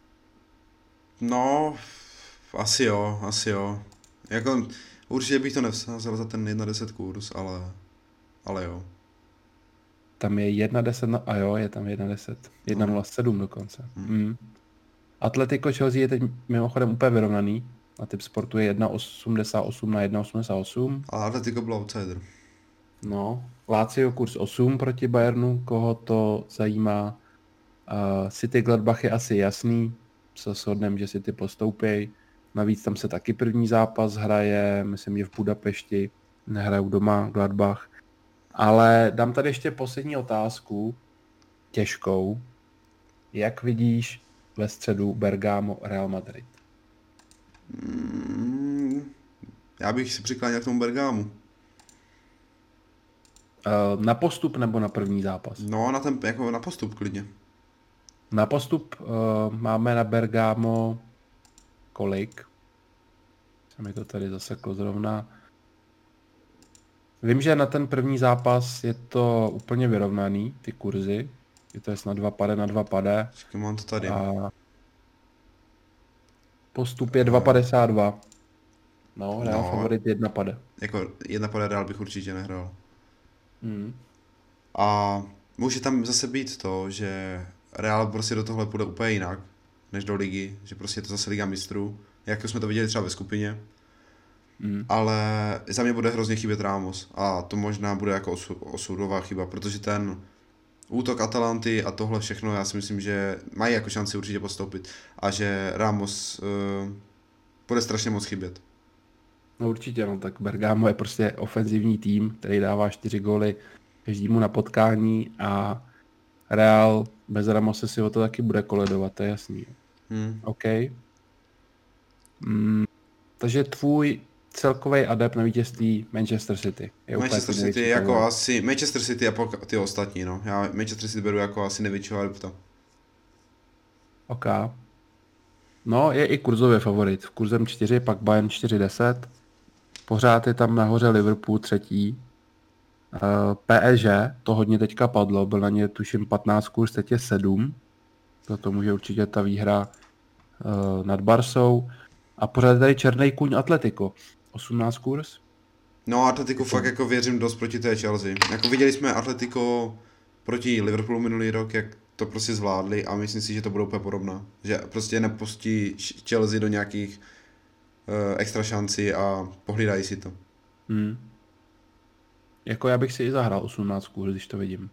No, asi jo. Jako, určitě bych to nevsázal za ten 1.10 kurz, ale jo. Tam je 1.10, a jo, je tam 1.10. 1.07 dokonce. Atletico Chelsea je teď mimochodem úplně vyrovnaný. Na typ sportu je 1.88 na 1.88. A Atletico byl outsider. No, Lazio kurz 8 proti Bayernu, koho to zajímá. City Gladbach je asi jasný, se shodneme, že City postoupí. Navíc tam se taky první zápas hraje, myslím, že v Budapešti, nehrajou doma Gladbach. Ale dám tady ještě poslední otázku, těžkou. Jak vidíš ve středu Bergamo Real Madrid? Já bych si přikláněl k tomu Bergamu. Na postup nebo na první zápas? No, jako na postup klidně. Na postup máme na Bergamo kolik? Se mi to tady zaseklo zrovna. Vím, že na ten první zápas je to úplně vyrovnaný, ty kurzy. Je to snad 2 pade na 2 pade. Počkej, mám to tady. A postup je 2,52. No, Real favorit 1 pade. Jako 1 pade Real bych určitě nehrál. A může tam zase být to, že Real prostě do tohle půjde úplně jinak, než do ligy, že prostě je to zase Liga mistrů, jak jsme to viděli třeba ve skupině. Ale za mě bude hrozně chybět Ramos a to možná bude jako osudová chyba, protože ten útok Atalanty a tohle všechno, já si myslím, že mají jako šanci určitě postoupit a že Ramos bude strašně moc chybět. No určitě, no tak Bergamo je prostě ofenzivní tým, který dává 4 góly každému na potkání a Real bez Ramose si o to taky bude koledovat, to je jasný. OK. Takže tvůj celkový adept na vítězství Manchester City. Manchester City jako asi, Manchester City a ty ostatní, no. Já Manchester City beru jako asi největšího adepta. OK. No, je i kurzově favorit. V kurzem 4, pak Bayern 4,10. Pořád je tam nahoře Liverpool 3. PSG, to hodně teďka padlo, byl na ně tuším 15 kurz, teď je 7. To může určitě ta výhra nad Barsou. A pořád je tady černý kůň Atletico. 18 kurz. No Atletico fakt jako věřím dost proti té Chelsea. Jako viděli jsme Atletico proti Liverpoolu minulý rok, jak to prostě zvládli a myslím si, že to bude úplně podobná. Že prostě nepustí Chelsea do nějakých extra šancí a pohlídají si to. Jako já bych si i zahrál 18 kurz, když to vidím.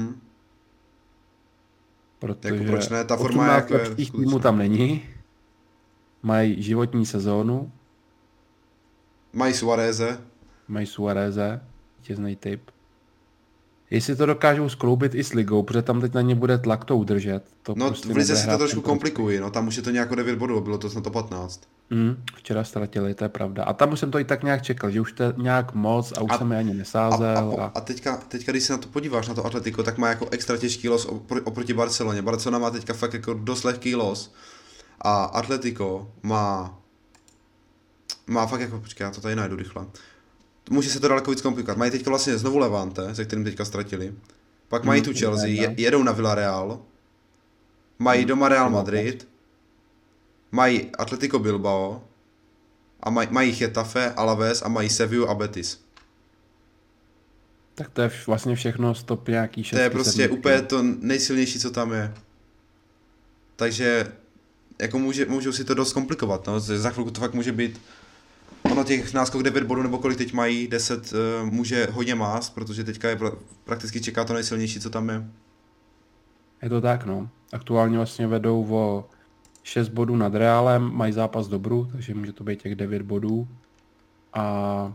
Protože jako proč ne? Ta forma jako je týmů tam není. Mají životní sezónu. Mají Suareze, vítězný typ. Jestli to dokážou skloubit i s ligou, protože tam teď na ně bude tlak to udržet. To no prostě v lize si to trošku komplikují, no tam už je to nějako 9 bodů, bylo to snad to 15. Včera ztratili, to je pravda. A tam už jsem to i tak nějak čekal, že už to je nějak moc a už jsem je ani nesázel. A teďka, když se na to podíváš, na to Atletico, tak má jako extra těžký los oproti Barceloně. Barcelona má teďka fakt jako dost lehký los. A Atletico má fakt jako, počkej, já to tady najdu rychle. Může se to daleko víc komplikovat. Mají teďka vlastně znovu Levante, se kterým teďka ztratili. Pak mají tu Chelsea, jedou na Villarreal. Mají doma Real Madrid. Mají Atletico Bilbao. A mají Getafe, Alaves a mají Sevillu a Betis. Tak to je vlastně všechno stop nějaký 6. To je prostě úplně to nejsilnější, co tam je. Takže jako můžou si to dost komplikovat, no. Za chvilku to fakt může být ono těch náskok 9 bodů, nebo kolik teď mají, 10 může hodně mást, protože teďka je prakticky čeká to nejsilnější, co tam je. Je to tak, no. Aktuálně vlastně vedou o 6 bodů nad Realem, mají zápas do Bru, takže může to být těch 9 bodů. A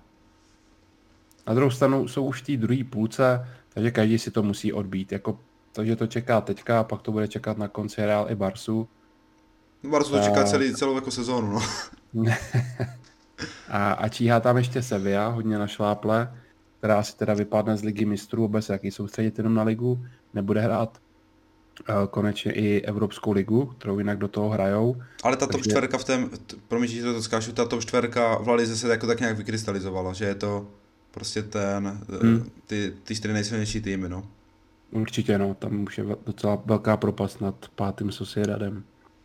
na druhou stranu jsou už v té druhé půlce, takže každý si to musí odbít. Takže to čeká teďka a pak to bude čekat na konci Real i Barsu. Barcu to čeká celou jako sezónu, no. A číhá tam ještě Sevilla, hodně našláple, která si teda vypadne z ligy mistrů, bez jaký soustředit jenom na ligu, nebude hrát konečně i Evropskou ligu, kterou jinak do toho hrajou. Ale ta top čtverka promiň, že to skáču, ta top čtverka v La Lize se jako tak nějak vykrystalizovala, že je to prostě ty 4 nejsilnější týmy, no. Určitě, no, tam už je docela velká propast nad 5. Sociedadem.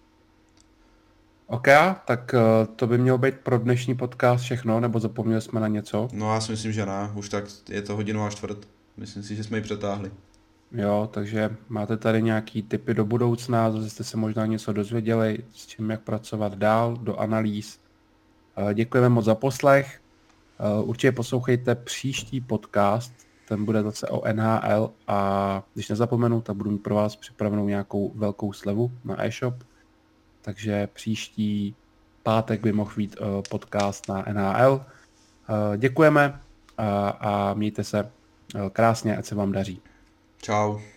OK, tak to by mělo být pro dnešní podcast všechno, nebo zapomněli jsme na něco? No já si myslím, že ne, už tak je to 1:15. Myslím si, že jsme ji přetáhli. Jo, takže máte tady nějaký tipy do budoucna, zase jste se možná něco dozvěděli, s čím jak pracovat dál, do analýz. Děkujeme moc za poslech. Určitě poslouchejte příští podcast, ten bude zase o NHL a když nezapomenu, tak budu mít pro vás připravenou nějakou velkou slevu na e-shop. Takže příští pátek by mohl být podcast na NHL. Děkujeme a mějte se krásně, ať se vám daří. Čau.